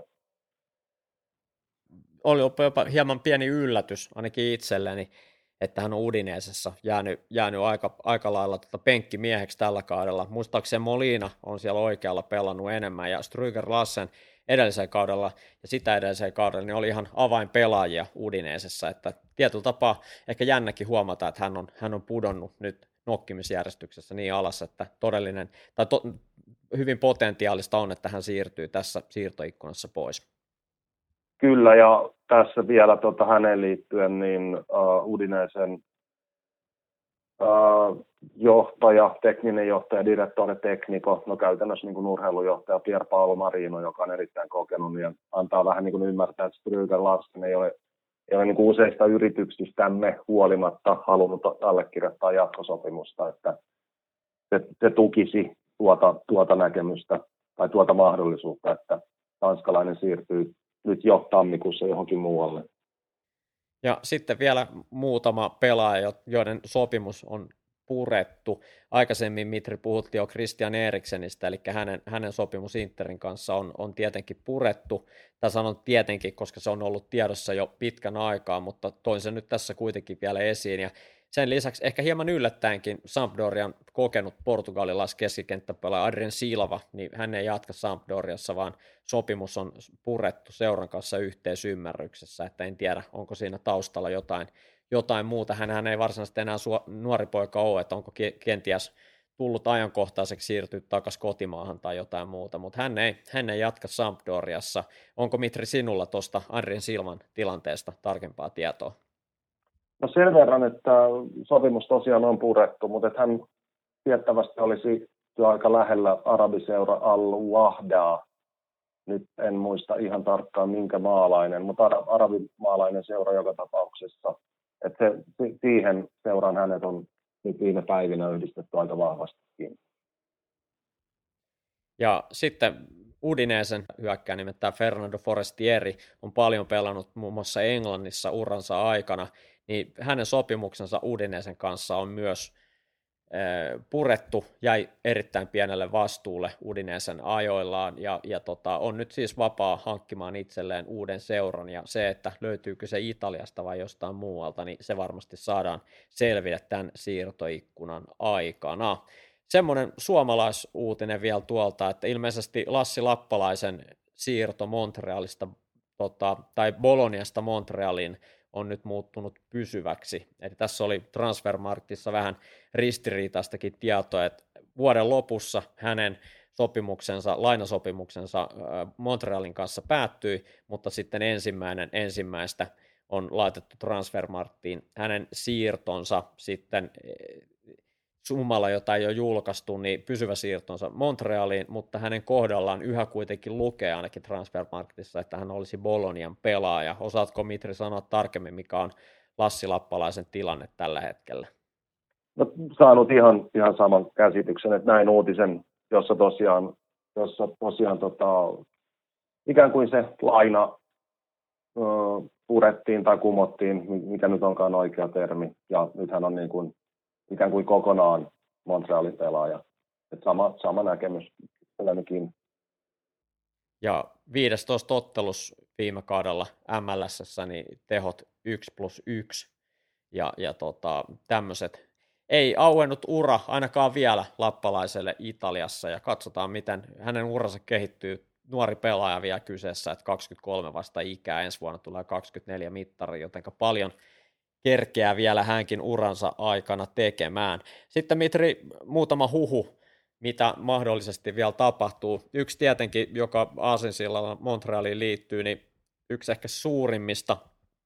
[SPEAKER 2] Oli jopa hieman pieni yllätys, ainakin itselleni, että hän on Udineesessa jäänyt, jäänyt aika, aika lailla tota penkkimieheksi tällä kaudella. Muistaakseni Molina on siellä oikealla pelannut enemmän, ja Stryger Larsen edellisellä kaudella ja sitä edellisellä kaudella niin oli ihan avainpelaajia Udineesessa, että tietyllä tapaa ehkä jännäkin huomata, että hän on, hän on pudonnut nyt nokkimisjärjestyksessä niin alas, että todellinen, tai to, hyvin potentiaalista on, että hän siirtyy tässä siirtoikkunassa pois.
[SPEAKER 3] Kyllä, ja tässä vielä tota, hänen liittyen, niin uh, Udinesen uh, johtaja, tekninen johtaja, direttore tekniko, no käytännössä niin kuin urheilujohtaja Pierpaolo Marino, joka on erittäin kokenut, niin antaa vähän niin kuin ymmärtää, että Stryger Larsen ei ole ei ole niin kuin useista yrityksistämme huolimatta halunnut allekirjoittaa jatkosopimusta, että se, se tukisi tuota, tuota näkemystä tai tuota mahdollisuutta, että tanskalainen siirtyy nyt jo tammikuussa johonkin muualle.
[SPEAKER 2] Ja sitten vielä muutama pelaaja, joiden sopimus on purettu. Aikaisemmin Mitri puhuttiin jo Christian Eriksenistä, eli hänen, hänen sopimus Interin kanssa on, on tietenkin purettu. Tai sanon tietenkin, koska se on ollut tiedossa jo pitkän aikaa, mutta toin sen nyt tässä kuitenkin vielä esiin. Ja sen lisäksi ehkä hieman yllättäenkin Sampdorian kokenut portugalilais-keskikenttäpelaaja Adrien Silva, niin hän ei jatka Sampdoriassa, vaan sopimus on purettu seuran kanssa yhteisymmärryksessä, että en tiedä, onko siinä taustalla jotain, jotain muuta. Hänhän ei varsinaisesti enää su- nuori poika ole, että onko kenties tullut ajankohtaiseksi siirtyä takaisin kotimaahan tai jotain muuta, mutta hän ei, hän ei jatka Sampdoriassa. Onko Mitri sinulla tuosta Adrien Silvan tilanteesta tarkempaa tietoa?
[SPEAKER 3] No sen verran, että sopimus tosiaan on purettu, mutta että hän tiettävästi olisi jo aika lähellä arabiseura Al-Wahdaa. Nyt en muista ihan tarkkaan minkä maalainen, mutta arabimaalainen seura joka tapauksessa. Että se, siihen seuraan hänet on nyt viime päivinä yhdistetty aika vahvastikin.
[SPEAKER 2] Ja sitten Udinesen hyökkääjä nimittäin Fernando Forestieri on paljon pelannut muun muassa Englannissa uransa aikana, niin hänen sopimuksensa Udinesen kanssa on myös purettu, jäi erittäin pienelle vastuulle Udinesen ajoillaan ja, ja tota, on nyt siis vapaa hankkimaan itselleen uuden seuran ja se, että löytyykö se Italiasta vai jostain muualta, niin se varmasti saadaan selville tämän siirtoikkunan aikana. Semmoinen suomalaisuutinen vielä tuolta, että ilmeisesti Lassi Lappalaisen siirto Montrealista tota, tai Boloniasta Montrealiin on nyt muuttunut pysyväksi. Eli tässä oli Transfermarktissa vähän ristiriitaistakin tietoa, että vuoden lopussa hänen sopimuksensa, lainasopimuksensa Montrealin kanssa päättyi, mutta sitten ensimmäinen ensimmäistä on laitettu Transfermarktiin. Hänen siirtonsa sitten summalla, jota ei ole julkaistu, niin pysyvä siirtonsa Montrealiin, mutta hänen kohdallaan yhä kuitenkin lukee ainakin Transfermarktissa, että hän olisi Bolonian pelaaja. Osaatko Mitri sanoa tarkemmin, mikä on Lassi Lappalaisen tilanne tällä hetkellä?
[SPEAKER 3] No, saanut ihan, ihan saman käsityksen, että näin uutisen, jossa tosiaan, jossa tosiaan tota, ikään kuin se laina ö, purettiin tai kumottiin, mikä nyt onkaan oikea termi, ja nythän on niin kuin ikään kuin kokonaan Montrealin pelaaja. Että sama, sama näkemys ainakin.
[SPEAKER 2] Ja viidestoista ottelus viime kaudella M L S:ssä, niin tehot yksi plus yksi ja, ja tota, tämmöiset. Ei auennut ura ainakaan vielä Lappalaiselle Italiassa ja katsotaan, miten hänen uransa kehittyy. Nuori pelaaja vielä kyseessä, että kaksikymmentäkolme vasta ikää, ensi vuonna tulee kaksikymmentäneljä mittari, joten paljon kerkeää vielä hänkin uransa aikana tekemään. Sitten Mitri, muutama huhu, mitä mahdollisesti vielä tapahtuu. Yksi tietenkin, joka aasinsillalla Montrealiin liittyy, niin yksi ehkä suurimmista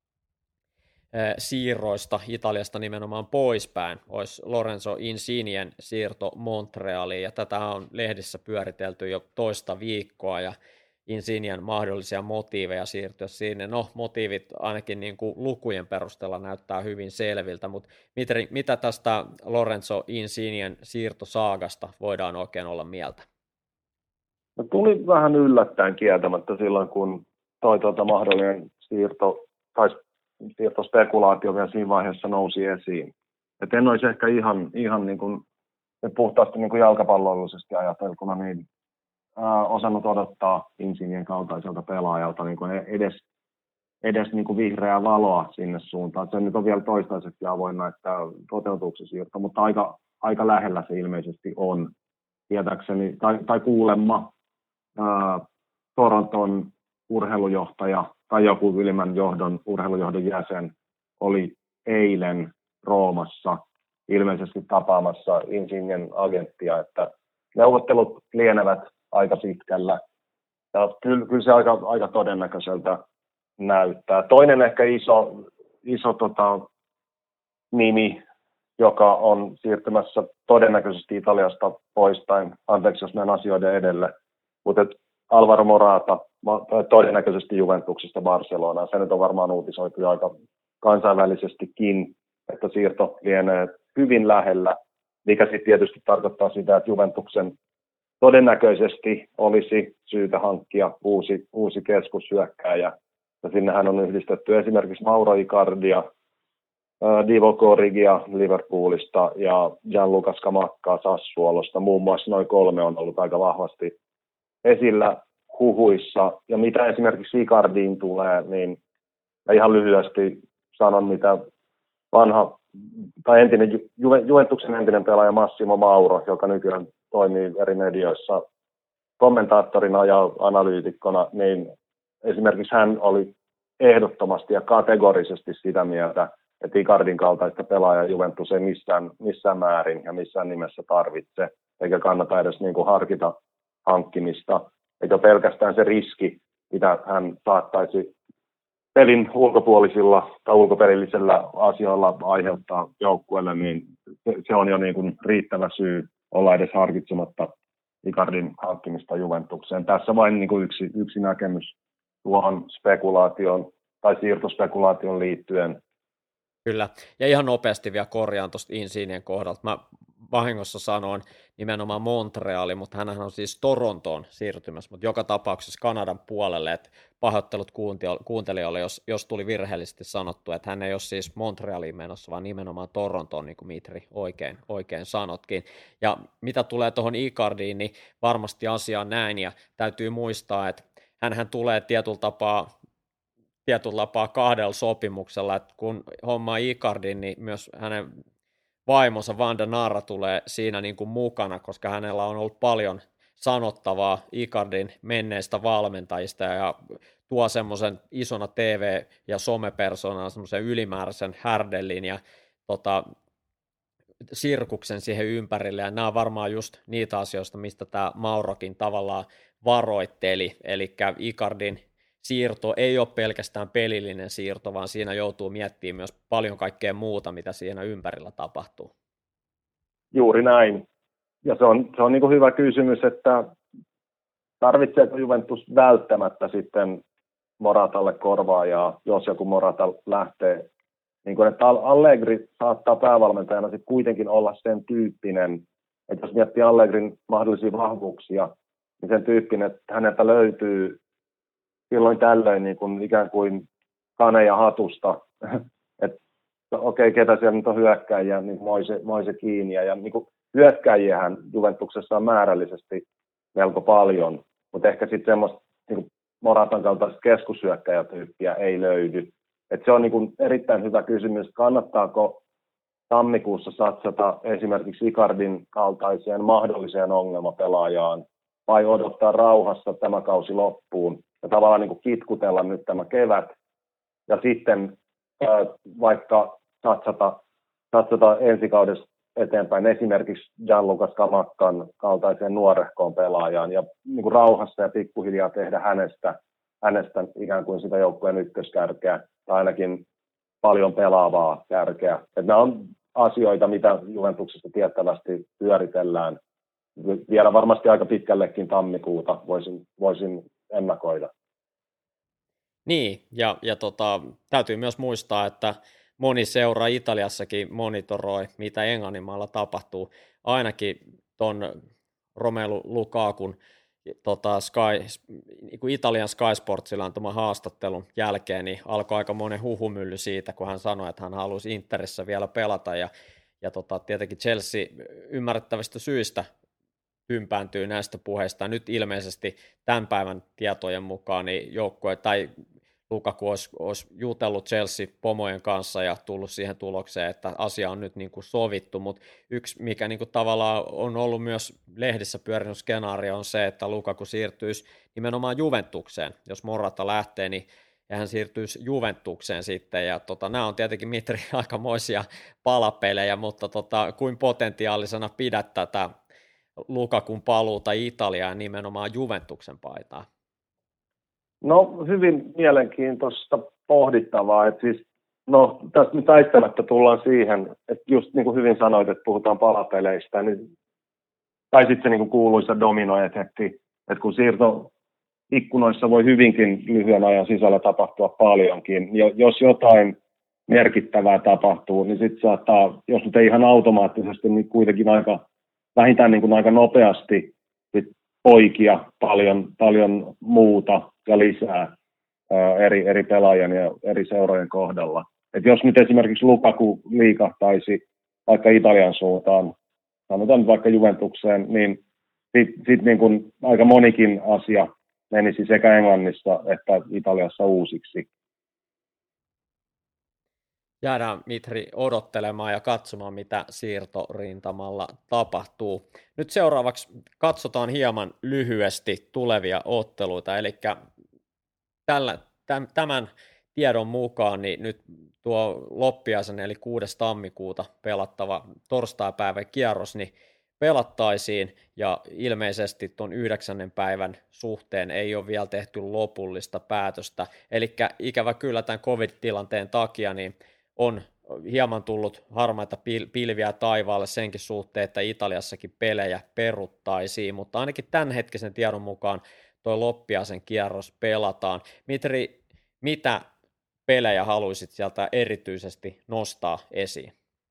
[SPEAKER 2] siirroista Italiasta nimenomaan poispäin olisi Lorenzo Insignen siirto Montrealiin, ja tätä on lehdissä pyöritelty jo toista viikkoa, ja Insignen mahdollisia motiiveja siirtyä sinne. No, motiivit ainakin niin kuin lukujen perusteella näyttää hyvin selviltä, mutta Mitri, mitä tästä Lorenzo Insignen siirtosaagasta voidaan oikein olla mieltä?
[SPEAKER 3] No, tuli vähän yllättäen kieltämättä silloin, kun toi tuota mahdollinen siirto tai siirtospekulaatio vielä siinä vaiheessa nousi esiin. Et en olisi ehkä ihan, ihan niin kuin, puhtaasti niin kuin jalkapallollisesti ajateltuna niin ää, osannut odottaa Insignien kaltaiselta pelaajalta niin kuin edes, edes niin kuin vihreää valoa sinne suuntaan. Se nyt on vielä toistaiseksi avoinna, että toteutuuko se siirto, mutta aika, aika lähellä se ilmeisesti on. Tietääkseni, tai, tai kuulemma ää, Toronton urheilujohtaja tai joku ylimmän johdon, urheilujohdon jäsen oli eilen Roomassa ilmeisesti tapaamassa Insignen agenttia, että neuvottelut lienevät aika pitkällä. Ja kyllä, kyllä se aika, aika todennäköiseltä näyttää. Toinen ehkä iso, iso tota, nimi, joka on siirtymässä todennäköisesti Italiasta poispäin, anteeksi jos menen asioiden edelle, mutta Alvaro Morata, todennäköisesti Juventuksesta Barcelonaan. Se nyt on varmaan uutisoitu aika kansainvälisestikin, että siirto lienee hyvin lähellä, mikä sitten tietysti tarkoittaa sitä, että Juventuksen todennäköisesti olisi syytä hankkia uusi, uusi keskushyökkääjä. Ja sinnehän on yhdistetty esimerkiksi Mauro Icardia, Divock Origia Liverpoolista ja Gianluca Scamacca Sassuolosta. Muun muassa noin kolme on ollut aika vahvasti esillä huhuissa. Ja mitä esimerkiksi Icardiin tulee, niin ihan lyhyesti sanon, mitä vanha tai entinen Ju- Juventuksen entinen pelaaja Massimo Mauro, joka nykyään toimii eri medioissa kommentaattorina ja analyytikkona, niin esimerkiksi hän oli ehdottomasti ja kategorisesti sitä mieltä, että Icardin kaltaista pelaajaa Juventus ei missään, missään määrin ja missään nimessä tarvitse, eikä kannata edes niin kuin harkita hankkimista, eikä pelkästään se riski, mitä hän saattaisi pelin ulkopuolisilla tai ulkopelillisillä asioilla aiheuttaa joukkueelle, niin se on jo niin kuin riittävä syy olla edes harkitsematta Icardin hankkimista Juventukseen. Tässä vain niin kuin yksi, yksi näkemys tuohon spekulaation tai siirtospekulaation liittyen.
[SPEAKER 2] Kyllä, ja ihan nopeasti vielä korjaan tuosta Insignien kohdalta. Mä vahingossa sanoin nimenomaan Montreali, mutta hänhän on siis Torontoon siirtymässä, mutta joka tapauksessa Kanadan puolelle, että pahoittelut kuuntelijoille, jos, jos tuli virheellisesti sanottu, että hän ei ole siis Montrealiin menossa, vaan nimenomaan Torontoon, niin kuin Mitri oikein, oikein sanotkin. Ja mitä tulee tuohon Icardiin, niin varmasti asia on näin, ja täytyy muistaa, että hänhän tulee tietyllä tapaa tietyllä tapaa kahdella sopimuksella, että kun hommaa Icardin, niin myös hänen vaimonsa Vanda Nara tulee siinä niin kuin mukana, koska hänellä on ollut paljon sanottavaa Icardin menneistä valmentajista ja tuo semmoisen isona T V- ja somepersoonan semmoisen ylimääräisen härdellin ja tota, sirkuksen siihen ympärille, ja nämä on varmaan just niitä asioista, mistä tämä Maurokin tavallaan varoitteli, eli Icardin siirto ei ole pelkästään pelillinen siirto, vaan siinä joutuu miettimään myös paljon kaikkea muuta, mitä siinä ympärillä tapahtuu.
[SPEAKER 3] Juuri näin. Ja se on, se on niin kuin hyvä kysymys, että tarvitseeko Juventus välttämättä sitten Moratalle korvaajaa, jos joku Morata lähtee. Niin kuin, että Allegri saattaa päävalmentajana sitten kuitenkin olla sen tyyppinen, että jos miettii Allegrin mahdollisia vahvuuksia, niin sen tyyppinen, että häneltä löytyy silloin tällöin niin kuin ikään kuin kaneja hatusta, että okei, okay, ketä siellä nyt on hyökkäjiä, niin Moise, Moise kiinni. Ja niin kuin hyökkäjiähän Juventuksessa on määrällisesti melko paljon, mutta ehkä sitten semmoista niin kuin Moratan kaltaista keskushyökkäjätyyppiä ei löydy. Et se on niin kuin erittäin hyvä kysymys, kannattaako tammikuussa satsata esimerkiksi Icardin kaltaiseen mahdolliseen ongelmapelaajaan, vai odottaa rauhassa tämä kausi loppuun ja tavallaan niin kuin kitkutella nyt tämä kevät, ja sitten äh, vaikka satsata, satsata ensi kaudessa eteenpäin esimerkiksi Gianluca Scamaccan kaltaiseen nuorehkoon pelaajaan, ja niin kuin rauhassa ja pikkuhiljaa tehdä hänestä, hänestä ikään kuin sitä joukkueen ykköskärkeä, tai ainakin paljon pelaavaa kärkeä. Et nämä on asioita, mitä Juventuksessa tiettävästi pyöritellään vielä varmasti aika pitkällekin tammikuuta, voisin, voisin ennakoida.
[SPEAKER 2] Niin, ja, ja tota, täytyy myös muistaa, että moni seura Italiassakin monitoroi, mitä Englanninmaalla tapahtuu. Ainakin ton Romelu Lukakun tota Sky, niin kuin Italian Sky Sportsilla antaman haastattelun jälkeen, niin alkoi aika monen huhumylly siitä, kun hän sanoi, että hän halusi Interissä vielä pelata, ja, ja tota, tietenkin Chelsea ymmärrettävistä syistä ympääntyy näistä puheista. Nyt ilmeisesti tämän päivän tietojen mukaan niin joukkue tai Lukaku olisi, olisi jutellut Chelsea-pomojen kanssa ja tullut siihen tulokseen, että asia on nyt niin kuin sovittu, mutta yksi, mikä niin kuin tavallaan on ollut myös lehdissä pyörinyt skenaario, on se, että Lukaku siirtyisi nimenomaan Juventukseen. Jos Morata lähtee, niin hän siirtyisi Juventukseen sitten, ja tota, nämä on tietenkin Mitri aikamoisia palapelejä, mutta tota, kuin potentiaalisena pidät tätä Lukakun paluuta Italiaan nimenomaan Juventuksen paitaa?
[SPEAKER 3] No hyvin mielenkiintoista pohdittavaa, että siis no tästä nyt väistämättä tullaan siihen, että just niin kuin hyvin sanoit, että puhutaan palapeleistä, niin, tai sitten se niin kuin kuuluisa dominoefekti, että kun siirto ikkunoissa voi hyvinkin lyhyen ajan sisällä tapahtua paljonkin, jos jotain merkittävää tapahtuu, niin sitten saattaa, jos nyt ei ihan automaattisesti, niin kuitenkin aika vähintään niin kuin aika nopeasti sit poikia paljon, paljon muuta ja lisää ää, eri, eri pelaajien ja eri seurojen kohdalla. että jos nyt esimerkiksi Lukaku liikahtaisi vaikka Italian suuntaan, sanotaan nyt vaikka Juventukseen, niin sitten sit niin kuin aika monikin asia menisi sekä Englannissa että Italiassa uusiksi.
[SPEAKER 2] Jäädään, Mitri, odottelemaan ja katsomaan, mitä siirtorintamalla tapahtuu. Nyt seuraavaksi katsotaan hieman lyhyesti tulevia otteluita, eli tällä, tämän tiedon mukaan niin nyt tuo loppiaisen eli kuudes tammikuuta pelattava torstaipäivän kierros niin pelattaisiin, ja ilmeisesti tuon yhdeksännen päivän suhteen ei ole vielä tehty lopullista päätöstä, eli ikävä kyllä tämän covid-tilanteen takia niin on hieman tullut harmaita pilviä taivaalle senkin suhteen, että Italiassakin pelejä peruttaisiin, mutta ainakin tämänhetkisen tiedon mukaan tuo loppiaisen kierros pelataan. Mitri, mitä pelejä haluaisit sieltä erityisesti nostaa esiin?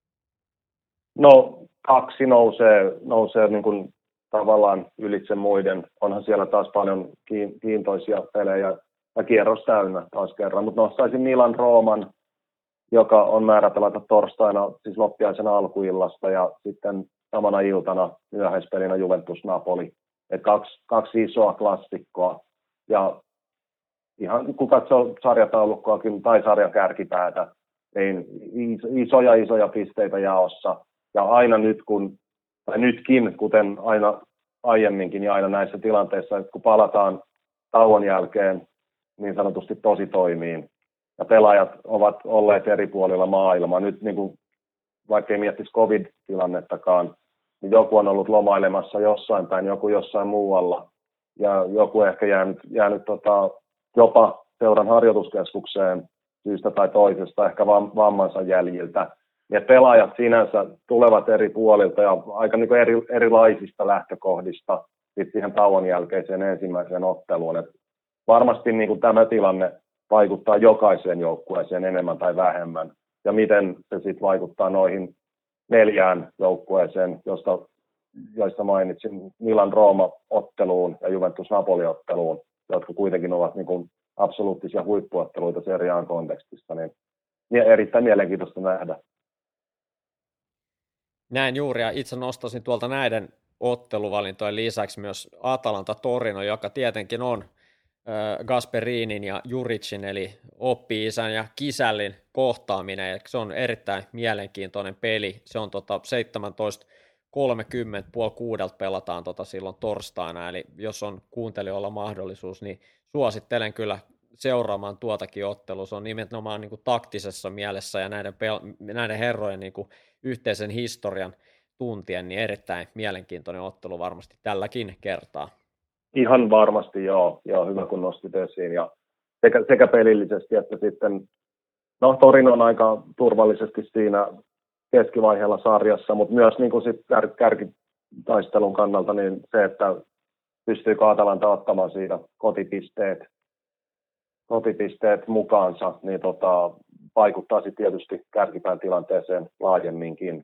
[SPEAKER 3] No kaksi nousee, nousee niin kuin tavallaan ylitse muiden. Onhan siellä taas paljon kiintoisia pelejä ja kierros täynnä taas kerran, mutta nostaisin Milan Rooman, joka on määrä pelata torstaina, siis loppiaisen alkuillasta, ja sitten samana iltana myöhäispelinä Juventus Napoli. Et kaksi, kaksi isoa klassikkoa, ja ihan kun katsoo sarjataulukkoakin tai sarjan kärkipäätä, niin isoja isoja pisteitä jaossa. Ja aina nyt, kun, tai nytkin, kuten aina aiemminkin ja aina näissä tilanteissa, että kun palataan tauon jälkeen niin sanotusti tosi toimiin, ja pelaajat ovat olleet eri puolilla maailmaa. Nyt niin kuin, vaikka ei miettisi covid-tilannettakaan, niin joku on ollut lomailemassa jossain päin, joku jossain muualla, ja joku ehkä jäänyt, jäänyt tota, jopa seuran harjoituskeskukseen syystä tai toisesta, ehkä vammansa jäljiltä. Ja pelaajat sinänsä tulevat eri puolilta ja aika niin kuin eri, erilaisista lähtökohdista siihen tauon jälkeiseen ensimmäiseen otteluun. Et varmasti niin kuin tämä tilanne vaikuttaa jokaiseen joukkueeseen enemmän tai vähemmän. Ja miten se sitten vaikuttaa noihin neljään joukkueeseen, josta, joista mainitsin, Milan-Rooma-otteluun ja Juventus-Napoli-otteluun, jotka kuitenkin ovat niin kuin absoluuttisia huippuotteluita Serie A:n kontekstista, niin erittäin mielenkiintoista nähdä.
[SPEAKER 2] Näin juuri, ja itse nostaisin tuolta näiden otteluvalintojen lisäksi myös Atalanta Torino, joka tietenkin on Gasperinin ja Juricin, eli oppi-isän ja kisällin kohtaaminen, ja se on erittäin mielenkiintoinen peli. Se on tota seitsemäntoista kolmekymmentä, puoli kuudelta pelataan tota silloin torstaina, eli jos on kuuntelijoilla mahdollisuus, niin suosittelen kyllä seuraamaan tuotakin ottelua. Se on nimenomaan niin kuin taktisessa mielessä ja näiden, pel- näiden herrojen niin kuin yhteisen historian tuntien, niin erittäin mielenkiintoinen ottelu varmasti tälläkin kertaa.
[SPEAKER 3] Ihan varmasti, joo. joo hyvä kun nostit esiin. Ja sekä, sekä pelillisesti että sitten, no Torino on aika turvallisesti siinä keskivaiheella sarjassa, mutta myös niin kuin sit kär, kärkitaistelun kannalta niin se, että pystyykö Atalanta ottamaan siitä kotipisteet, kotipisteet mukaansa, niin tota, vaikuttaa sitten tietysti kärkipään tilanteeseen laajemminkin.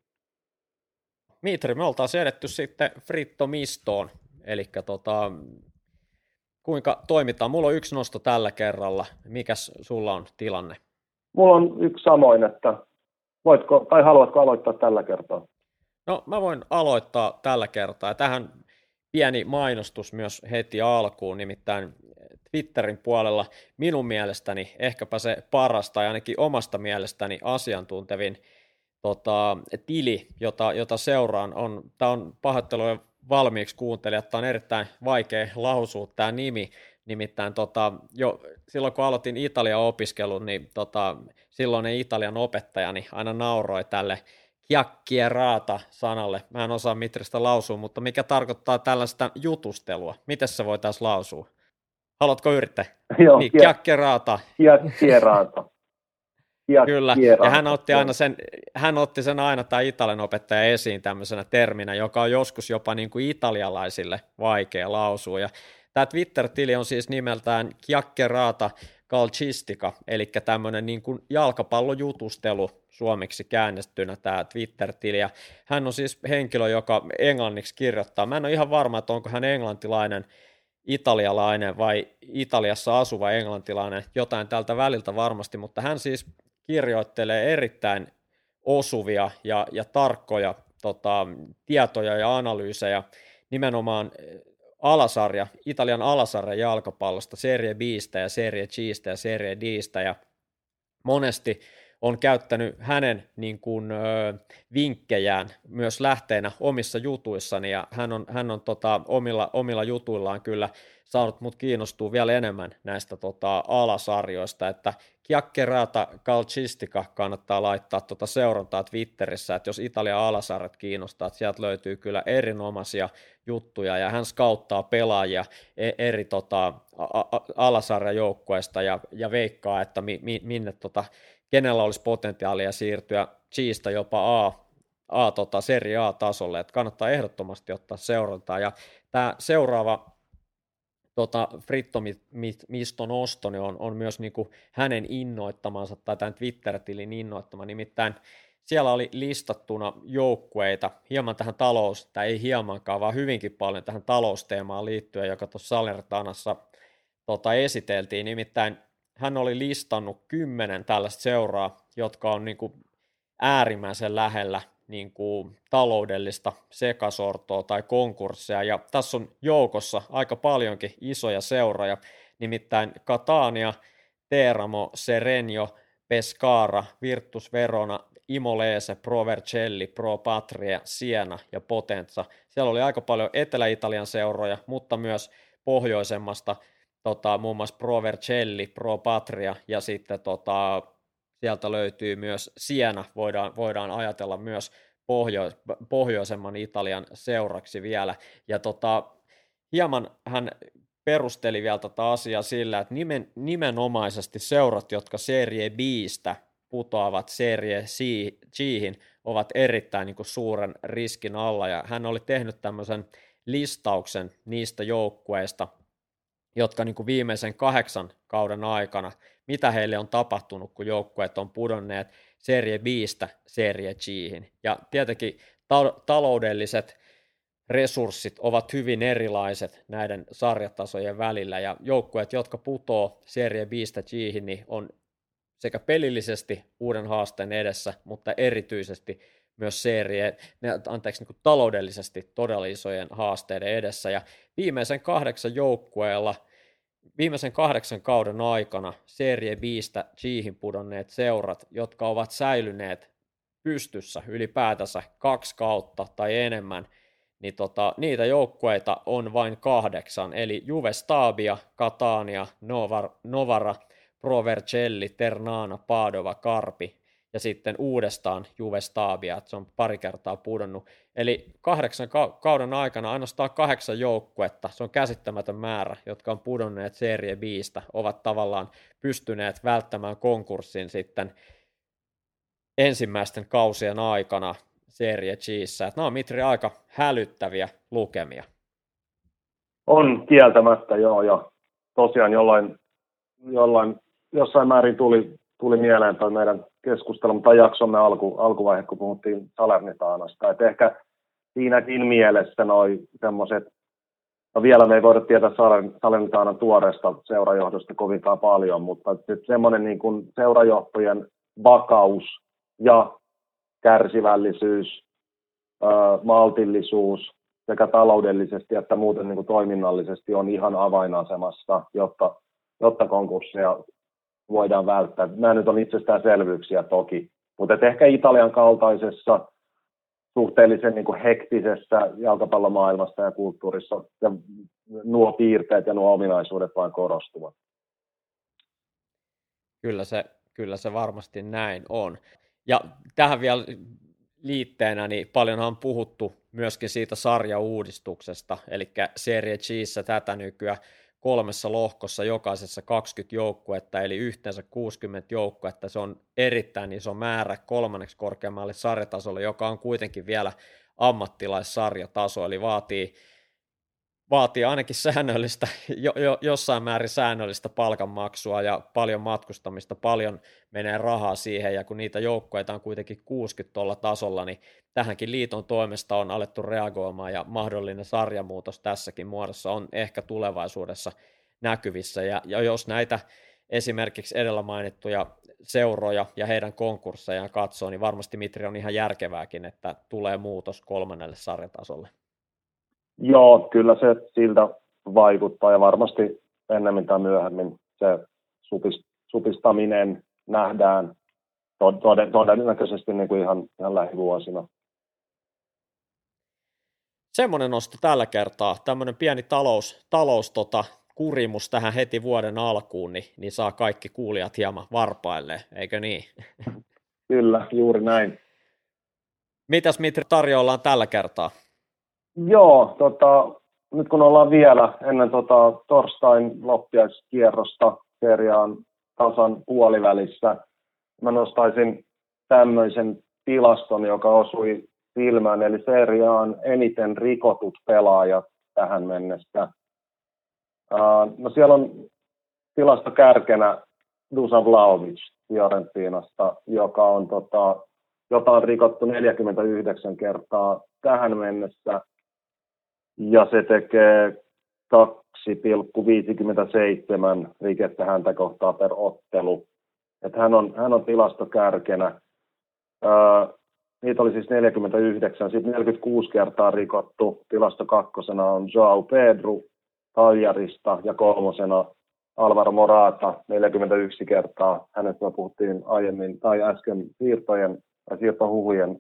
[SPEAKER 2] Mitri, me oltaisiin edetty sitten Fritto Mistoon, eli tota, kuinka toimitaan? Mulla on yksi nosto tällä kerralla. Mikäs sulla on tilanne?
[SPEAKER 3] Mulla on yksi samoin, että voitko tai haluatko aloittaa tällä kertaa?
[SPEAKER 2] No mä voin aloittaa tällä kertaa. Ja tähän pieni mainostus myös heti alkuun, nimittäin Twitterin puolella minun mielestäni ehkäpä se paras tai ainakin omasta mielestäni asiantuntevin tota, tili, jota, jota seuraan, on, tämä on pahoittelujen valmiiksi kuuntelijat, tämä on erittäin vaikea lausua tämä nimi, nimittäin tota, jo silloin kun aloitin Italian opiskelun, niin tota, silloinen Italian opettajani aina nauroi tälle chiacchierata sanalle. Mä en osaa Mitristä lausua, mutta mikä tarkoittaa tällaista jutustelua. Miten se voitaisiin lausua? Haluatko yrittää?
[SPEAKER 3] Joo,
[SPEAKER 2] niin, chiacchierata.
[SPEAKER 3] Chiacchierata.
[SPEAKER 2] Kyllä, ja hän otti, aina sen, hän otti sen aina tämä Italian opettaja esiin tämmöisenä terminä, joka on joskus jopa niin kuin italialaisille vaikea lausua. Ja tämä Twitter-tili on siis nimeltään Chiacchierata Calcistica, eli tämmöinen niin kuin jalkapallojutustelu suomeksi käännettynä tämä Twitter-tili. Ja hän on siis henkilö, joka englanniksi kirjoittaa. Mä en ole ihan varma, että onko hän englantilainen, italialainen vai Italiassa asuva englantilainen, jotain tältä väliltä varmasti, mutta hän siis kirjoittelee erittäin osuvia ja, ja tarkkoja tota, tietoja ja analyysejä nimenomaan alasarja, Italian alasarjan jalkapallosta, Serie B:stä ja Serie G:stä ja Serie D:stä, ja monesti on käyttänyt hänen niin kuin, ö, vinkkejään myös lähteenä omissa jutuissani, ja hän on, hän on tota, omilla, omilla jutuillaan kyllä saanut mut kiinnostua vielä enemmän näistä tota, alasarjoista, että Chiacchierata Calcistica kannattaa laittaa tota seurantaa Twitterissä, että jos Italian alasarjat kiinnostaa, että sieltä löytyy kyllä erinomaisia juttuja, ja hän skauttaa pelaajia eri tota, alasarjajoukkueista ja, ja veikkaa, että mi, mi, minne tota, kenellä olisi potentiaalia siirtyä G:stä jopa A, A tota, Serie A-tasolle, että kannattaa ehdottomasti ottaa seurantaa, ja tämä seuraava tota, Fritto Miston Ostoni on, on myös niinku hänen innoittamansa, tai tämän Twitter-tilin innoittama, nimittäin siellä oli listattuna joukkueita hieman tähän talous, tai ei hiemankaan, vaan hyvinkin paljon tähän talousteemaan liittyen, joka tuossa Salerntanassa tota, esiteltiin, nimittäin hän oli listannut kymmenen tällaista seuraa, jotka on niinku äärimmäisen lähellä niin kuin taloudellista sekasortoa tai konkursseja, ja tässä on joukossa aika paljonkin isoja seuroja, nimittäin Catania, Teramo, Serenio, Pescara, Virtus Verona, Imolese, Pro Vercelli, Pro Patria, Siena ja Potenza. Siellä oli aika paljon Etelä-Italian seuroja, mutta myös pohjoisemmasta, tota, muun muassa Pro Vercelli, Pro Patria, ja sitten tota, sieltä löytyy myös Siena, voidaan, voidaan ajatella myös pohjo- pohjoisemman Italian seuraksi vielä. Ja tota, hieman hän perusteli vielä tätä asiaa sillä, että nimen, nimenomaisesti seurat, jotka Serie B:stä putoavat Serie G:hin, ovat erittäin niin kuin suuren riskin alla. Ja hän oli tehnyt tämmöisen listauksen niistä joukkueista, jotka niin kuin viimeisen kahdeksan kauden aikana, mitä heille on tapahtunut, kun joukkueet on pudonneet Serie B:stä Serie G:hin. Ja tietenkin ta- taloudelliset resurssit ovat hyvin erilaiset näiden sarjatasojen välillä, ja joukkueet, jotka putoo Serie B:stä G:hin, niin on sekä pelillisesti uuden haasteen edessä, mutta erityisesti myös serie, anteeksi, niin kuin taloudellisesti todella isojen haasteiden edessä, ja viimeisen kahdeksan joukkueella, viimeisen kahdeksan kauden aikana Serie B:stä G:hin pudonneet seurat, jotka ovat säilyneet pystyssä ylipäätänsä kaksi kautta tai enemmän, niin tota, niitä joukkueita on vain kahdeksan, eli Juve Stabia, Catania, Novara, Novara Pro Vercelli, Ternana, Padova, Carpi, ja sitten uudestaan Juve Stabia, että se on pari kertaa pudonnut. Eli kahdeksan kauden aikana ainoastaan kahdeksan joukkuetta, se on käsittämätön määrä, jotka on pudonneet Serie B:stä, ovat tavallaan pystyneet välttämään konkurssin sitten ensimmäisten kausien aikana Serie G:ssä. Että nämä on, Mitri, aika hälyttäviä lukemia.
[SPEAKER 3] On kieltämättä, joo, ja tosiaan jollain, jollain, jossain määrin tuli, tuli mieleen toi meidän keskustelu, tai jaksomme alku, alkuvaihe, kun puhuttiin Salernitaanasta, että ehkä siinäkin mielessä noi semmoiset, no vielä me ei voida tietää Salernitaanan tuoreesta seurajohdosta kovinkaan paljon, mutta semmoinen niin kuin seurajohtojen vakaus ja kärsivällisyys, maltillisuus sekä taloudellisesti että muuten niin kuin toiminnallisesti on ihan avainasemassa, jotta, jotta konkursseja voidaan välttää. Nämä nyt on itsestäänselvyyksiä toki, mutta ehkä Italian kaltaisessa suhteellisen niin kuin hektisessä jalkapallomaailmassa ja kulttuurissa ja nuo piirteet ja nuo ominaisuudet vain korostuvat.
[SPEAKER 2] Kyllä se, kyllä se varmasti näin on. Ja tähän vielä liitteenä, niin paljonhan on puhuttu myöskin siitä sarjauudistuksesta, eli Serie G:ssä tätä nykyään kolmessa lohkossa jokaisessa kaksikymmentä joukkuetta, eli yhteensä kuusikymmentä joukkuetta. Se on erittäin iso määrä kolmanneksi korkeammalle sarjatasolle, joka on kuitenkin vielä ammattilaissarjataso, eli vaatii, vaatii ainakin säännöllistä, jo, jo, jossain määrin säännöllistä palkanmaksua ja paljon matkustamista, paljon menee rahaa siihen, ja kun niitä joukkueita on kuitenkin kuusikymmentä tuolla tasolla, niin tähänkin liiton toimesta on alettu reagoimaan, ja mahdollinen sarjamuutos tässäkin muodossa on ehkä tulevaisuudessa näkyvissä, ja, ja jos näitä esimerkiksi edellä mainittuja seuroja ja heidän konkurssejaan katsoo, niin varmasti Mitri on ihan järkevääkin, että tulee muutos kolmannelle sarjatasolle.
[SPEAKER 3] Joo, kyllä se siltä vaikuttaa ja varmasti ennemmin tai myöhemmin se supistaminen nähdään todennäköisesti niin kuin ihan, ihan lähivuosina.
[SPEAKER 2] Semmoinen nosto tällä kertaa, tämmöinen pieni talous, talous tota, kurimus tähän heti vuoden alkuun, niin, niin saa kaikki kuulijat hieman varpailleen, eikö niin?
[SPEAKER 3] Kyllä, juuri näin.
[SPEAKER 2] Mitäs Mitri tarjoillaan tällä kertaa?
[SPEAKER 3] Joo, tota, nyt kun ollaan vielä ennen tota, torstain loppiaiskierrosta seriaan tasan puolivälissä, mä nostaisin tämmöisen tilaston, joka osui silmään, eli seriaan eniten rikotut pelaajat tähän mennessä. Uh, no siellä on tilasta kärkenä Dusan Vlahovic Fiorentinasta, joka on, tota, jota on rikottu neljäkymmentäyhdeksän kertaa tähän mennessä, ja se tekee kaksi pilkku viisikymmentäseitsemän rikettä häntä kohtaa per ottelu. Et hän on, hän on tilastokärkenä. Uh, niitä oli siis neljäkymmentäyhdeksän, sitten neljäkymmentäkuusi kertaa rikottu. Tilasto kakkosena on João Pedro Cagliarista ja kolmosena Alvaro Morata neljäkymmentäyksi kertaa. Hänestä me puhuttiin aiemmin tai äsken siirtojen ja siirtohuhujen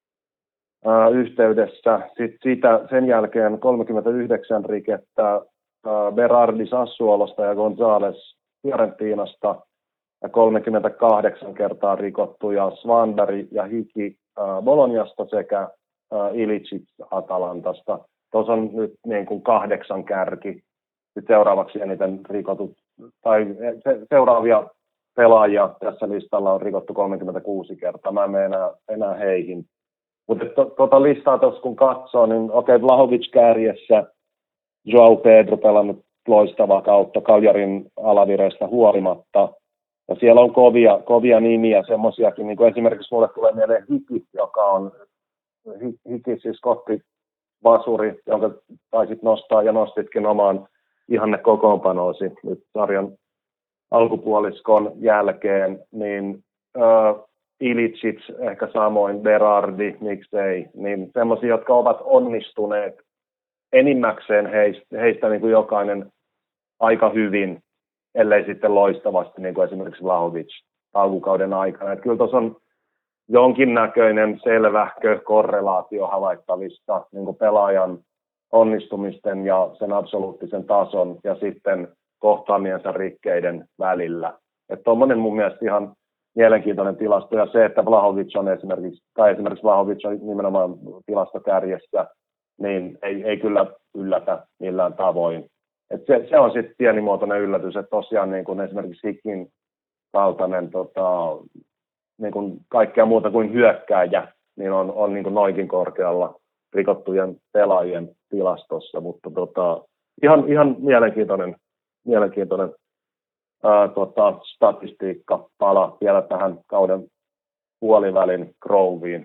[SPEAKER 3] ää, yhteydessä. Sitten siitä, sen jälkeen kolmekymmentäyhdeksän rikettä ää, Berardi Sassuolosta ja González Fiorentinasta ja kolmekymmentäkahdeksan kertaa rikottuja Svanberg ja Hiki ää, Bolognasta sekä ää, Ilicic Atalantasta. Tuossa on nyt niin kuin kahdeksan kärki. Sitten seuraavaksi eniten rikotut, tai se, seuraavia pelaajia tässä listalla on rikottu kolmekymmentäkuusi kertaa. Mä en mene enää, enää heihin. Mutta to, tuota listaa tuossa kun katsoo, niin okei, okay, Vlahovic kärjessä, João Pedro pelannut loistavaa kautta Cagliarin alavireistä huolimatta. Ja siellä on kovia, kovia nimiä, semmoisiakin, niin kuin esimerkiksi mulle tulee mieleen Hiki, joka on, Hiki siis Skotti Vasuri, jonka taisit nostaa ja nostitkin omaan ihanne kokoonpanoosi nyt sarjan alkupuoliskon jälkeen, niin äh, Ilicic, ehkä samoin Berardi, miksei, niin semmoisia, jotka ovat onnistuneet enimmäkseen heistä, heistä niin kuin jokainen aika hyvin, ellei sitten loistavasti, niin kuin esimerkiksi Vlahovic alkukauden aikana. Että kyllä tuossa on jonkinnäköinen selvähkö korrelaatio havaittavissa niin kuin pelaajan onnistumisten ja sen absoluuttisen tason ja sitten kohtaamiensa rikkeiden välillä. Että tuommoinen mun mielestä ihan mielenkiintoinen tilasto, ja se, että Vlahovic on esimerkiksi, tai esimerkiksi Vlahovic on nimenomaan tilastokärjessä, niin ei, ei kyllä yllätä millään tavoin. Et se, se on sitten pienimuotoinen yllätys, että tosiaan niin kuin esimerkiksi Hikin kaltainen tota, niin kuin kaikkea muuta kuin hyökkääjä, niin on, on niin kuin noinkin korkealla rikottujen pelaajien tilastossa, mutta tota, ihan, ihan mielenkiintoinen, mielenkiintoinen ää, tota, statistiikka pala vielä tähän kauden puolivälin Groveen.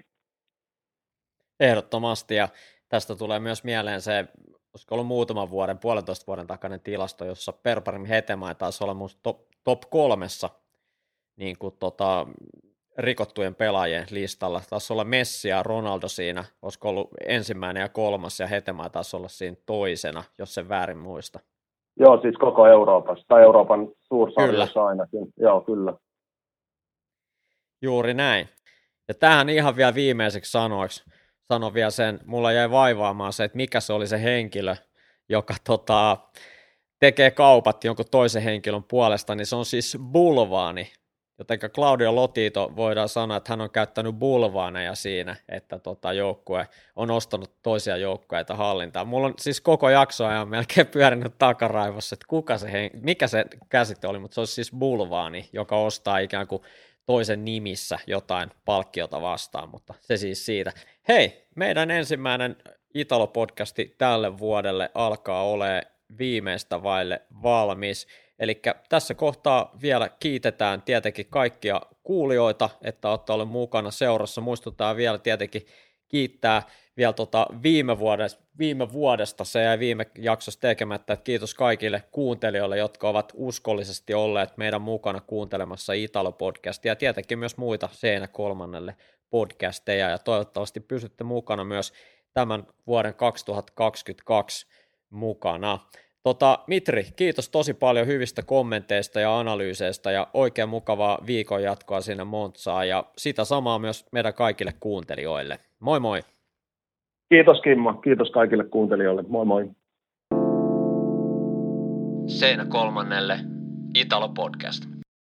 [SPEAKER 2] Ehdottomasti, ja tästä tulee myös mieleen se, olisiko ollut muutaman vuoden, puolentoista vuoden takainen tilasto, jossa Perparim Hetemäe taisi olla musta top, top kolmessa niin kuin tota, rikottujen pelaajien listalla. Taisi olla Messi ja Ronaldo siinä, olisiko ollut ensimmäinen ja kolmas, ja Hetemäe taisi olla siinä toisena, jos sen väärin muista.
[SPEAKER 3] Joo, siis koko Euroopassa, tai Euroopan suursarjassa ainakin. Joo, kyllä.
[SPEAKER 2] Juuri näin. Ja tähän ihan vielä viimeiseksi sanoiksi, sanon vielä sen, mulla jäi vaivaamaan se, että mikä se oli se henkilö, joka tota, tekee kaupat jonkun toisen henkilön puolesta, niin se on siis bulvaani. Jotenka Claudio Lotito voidaan sanoa, että hän on käyttänyt bulvaaneja siinä, että tota joukkue on ostanut toisia joukkueita hallintaan. Mulla on siis koko jakso ajan melkein pyörinyt takaraivossa, että kuka se hen... mikä se käsite oli, mutta se on siis bulvaani, joka ostaa ikään kuin toisen nimissä jotain palkkiota vastaan, mutta se siis siitä. Hei, meidän ensimmäinen Italo-podcasti tälle vuodelle alkaa olemaan viimeistä vaille valmis. Eli tässä kohtaa vielä kiitetään tietenkin kaikkia kuulijoita, että olette olleet mukana seurassa. Muistutetaan vielä tietenkin kiittää vielä tota viime, vuodesta, viime vuodesta, se jäi viime jaksossa tekemättä, että kiitos kaikille kuuntelijoille, jotka ovat uskollisesti olleet meidän mukana kuuntelemassa Italo-podcastia ja tietenkin myös muita Seinä kolmannelle podcasteja ja toivottavasti pysytte mukana myös tämän vuoden kaksituhattakaksikymmentäkaksi mukana. Tota, Mitri, kiitos tosi paljon hyvistä kommenteista ja analyyseistä ja oikein mukavaa viikon jatkoa sinne Montsaan ja sitä samaa myös meidän kaikille kuuntelijoille. Moi moi!
[SPEAKER 3] Kiitos Kimmo, kiitos kaikille kuuntelijoille, moi moi!
[SPEAKER 1] Seinä kolmannelle Italo Podcast.